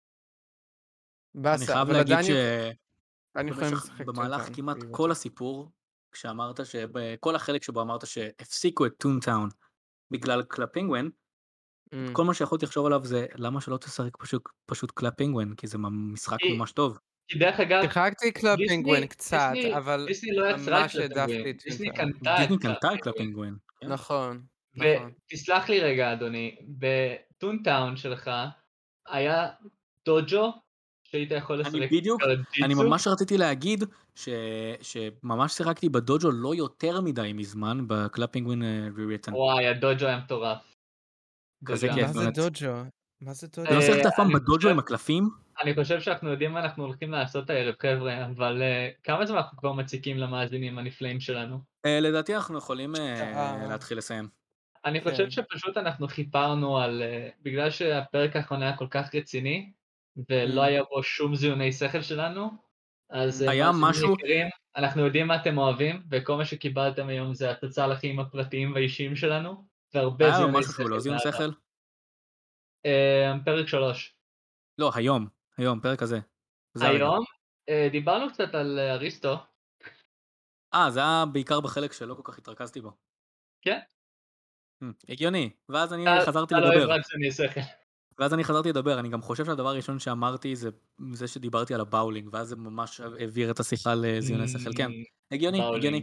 אני באסה, חייב אבל להגיד עדיין עדיין יכולים שבמשך, לשחק במהלך טונטאון כמעט Rewritten. כל הסיפור, כשאמרת שבכל החלק שבו אמרת שהפסיקו את טונטאון בגלל קלאב פינגווין, אמ. כל מה שיכולתי לחשוב עליו זה למה שלא תשחק פשוט פשוט קלאב פינגווין, כי זה משחק כי ממש טוב. כי דרך אגב, שיחקתי קלאב פינגווין דיסני קצת, דיסני אבל דיסני לא יצרה את ממש קלאב העדפתי פינגווין, את דיסני טווין טאון. קנתה את דיסני קלאב קנתה את קלאב פינגווין. פינגווין. כן. נכון, נכון. ותסלח לי רגע אדוני, בטונטאון שלך היה דוג'ו שהיית יכול אני לשחק בדיוק, אני קלג'יצו? ממש רציתי להגיד ש... שממש שיחקתי בדוג'ו לא יותר מדי מזמן בקלאב פינגווין ריריטן. וואי, הדוג'ו היה מטורף. כזה דוג'ו היה כיף מה זה באמת. מטורף. דוג'ו? מה זה אתה לא דוג'ו? שיחקת אף פעם אני בדוג'ו חושב עם הקלפים? אני חושב שאנחנו יודעים מה אנחנו הולכים לעשות הערב חבר'ה, אבל כמה זמן אנחנו כבר מציקים למאזינים הנפלאים שלנו? לדעתי אנחנו יכולים שעה. להתחיל לסיים. אני כן. חושב שפשוט אנחנו חיפרנו על, בגלל שהפרק האחרון היה כל כך רציני, ולא אמ. היה בו שום זיוני שכל שלנו, אז אמ. היה מאזינים משהו... יקרים, אנחנו יודעים מה אתם אוהבים, וכל מה שקיבלתם היום זה התצ"לחים הפרטיים והאישיים שלנו, והרבה היה זיוני משהו שהוא שכל לא זיון ואהבה. שכל? פרק שלוש. לא, היום. היום, פרק הזה. זה הרגע. היום דיברנו קצת על אריסטו. אה, זה היה בעיקר בחלק שלא כל כך התרכזתי בו. כן. הגיוני, ואז אני אתה חזרתי לא אוהב לדבר. רק זיוני שכל. ואז אני חזרתי לדבר, אני גם חושב שהדבר הראשון שאמרתי זה זה שדיברתי על הבאולינג, ואז זה ממש העביר את השיחה לזיוני שכל, כן. הגיוני, הגיוני. באולינג.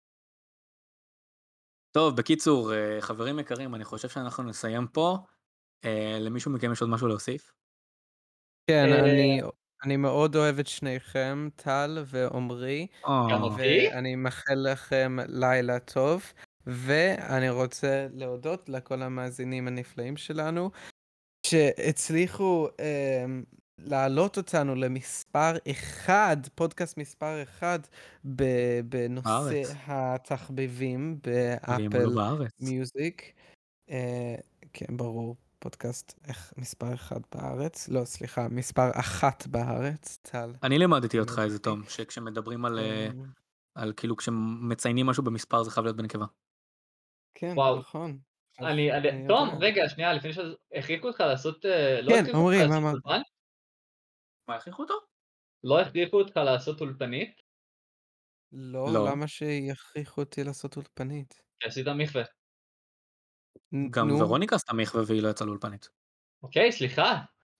טוב, בקיצור, חברים יקרים, אני חושב שאנחנו נסיים פה. למישהו מכם יש עוד משהו להוסיף? כן, אני אני מאוד אוהב את שניכם, טל ועומרי, גם אותי? ואני מאחל לכם לילה טוב, ואני רוצה להודות לכל המאזינים הנפלאים שלנו, שהצליחו להעלות אותנו למספר אחד, פודקאסט מספר אחד, בנושא התחביבים באפל מיוזיק. כן, ברור. פודקאסט מספר אחד בארץ, לא סליחה, מספר אחת בארץ, טל. אני לימדתי אותך איזה תום, שכשמדברים על, על כאילו כשמציינים משהו במספר זה חייב להיות בנקבה. כן, נכון. אני, תום, רגע, שנייה, לפני שהכריחו אותך לעשות, לא כן, הכריחו אותך עומרי, מה לעשות אמרת? אולפן? מה, הכריחו אותו? לא הכריחו אותך לעשות אולפנית? לא, למה שיכריחו אותי לעשות אולפנית? כי עשית מקווה. גם נו. ורוניקה עשתה מקווה והיא לא יצאה לאולפנית. אוקיי, סליחה.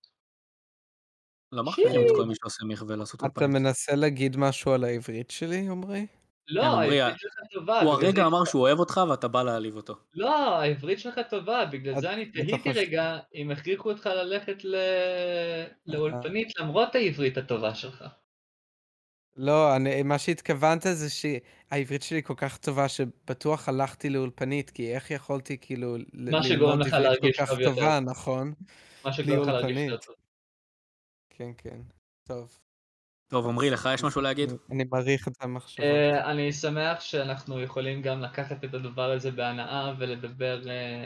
לא מכריחים את כל מי שעושה מקווה לעשות אתה אולפנית. מנסה להגיד משהו על העברית שלי, עומרי? לא, העברית שלך טובה. הוא הרגע אמר שהוא אוהב אותך ואתה בא להעליב אותו. לא, העברית שלך טובה, בגלל זה אני תהיתי רגע אם הכריחו אותך ללכת לאולפנית למרות העברית הטובה שלך. לא, מה שהתכוונת זה שהעברית שלי כל כך טובה שבטוח הלכתי לאולפנית, כי איך יכולתי כאילו ללמוד עברית כל כך טובה, נכון? מה שגורם לך להרגיש יותר טוב. כן, כן, טוב. טוב, עומרי, לך יש משהו להגיד? אני מעריך את המחשבות. אני שמח שאנחנו יכולים גם לקחת את הדבר הזה בהנאה ולדבר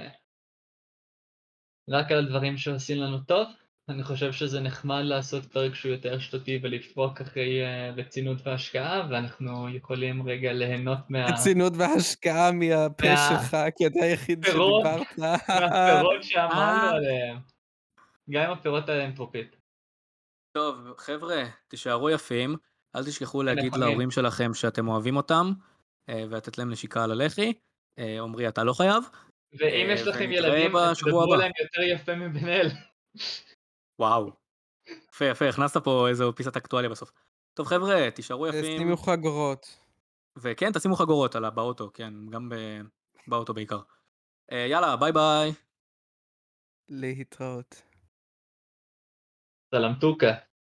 רק על הדברים שעושים לנו טוב. אני חושב שזה נחמד לעשות פרק שהוא יותר שטותי ולפרוק אחרי רצינות והשקעה, ואנחנו יכולים רגע ליהנות מה... רצינות והשקעה מהפה שלך, כי אתה היחיד שדיברת. מהפירות שאמרנו עליהם. גם עם הפירות האלה אנטרופית. טוב, חבר'ה, תישארו יפים, אל תשכחו להגיד להורים שלכם שאתם אוהבים אותם, ולתת להם נשיקה על הלחי. עומרי, אתה לא חייב. ואם יש לכם ילדים, תדברו להם יותר יפה מבן אל. וואו. יפה, יפה, הכנסת פה איזו פיסת אקטואליה בסוף. טוב, חבר'ה, תישארו יפים. שימו חגורות. וכן, תשימו חגורות על באוטו, כן, גם באוטו בעיקר. יאללה, ביי ביי. להתראות. סלמתוקה.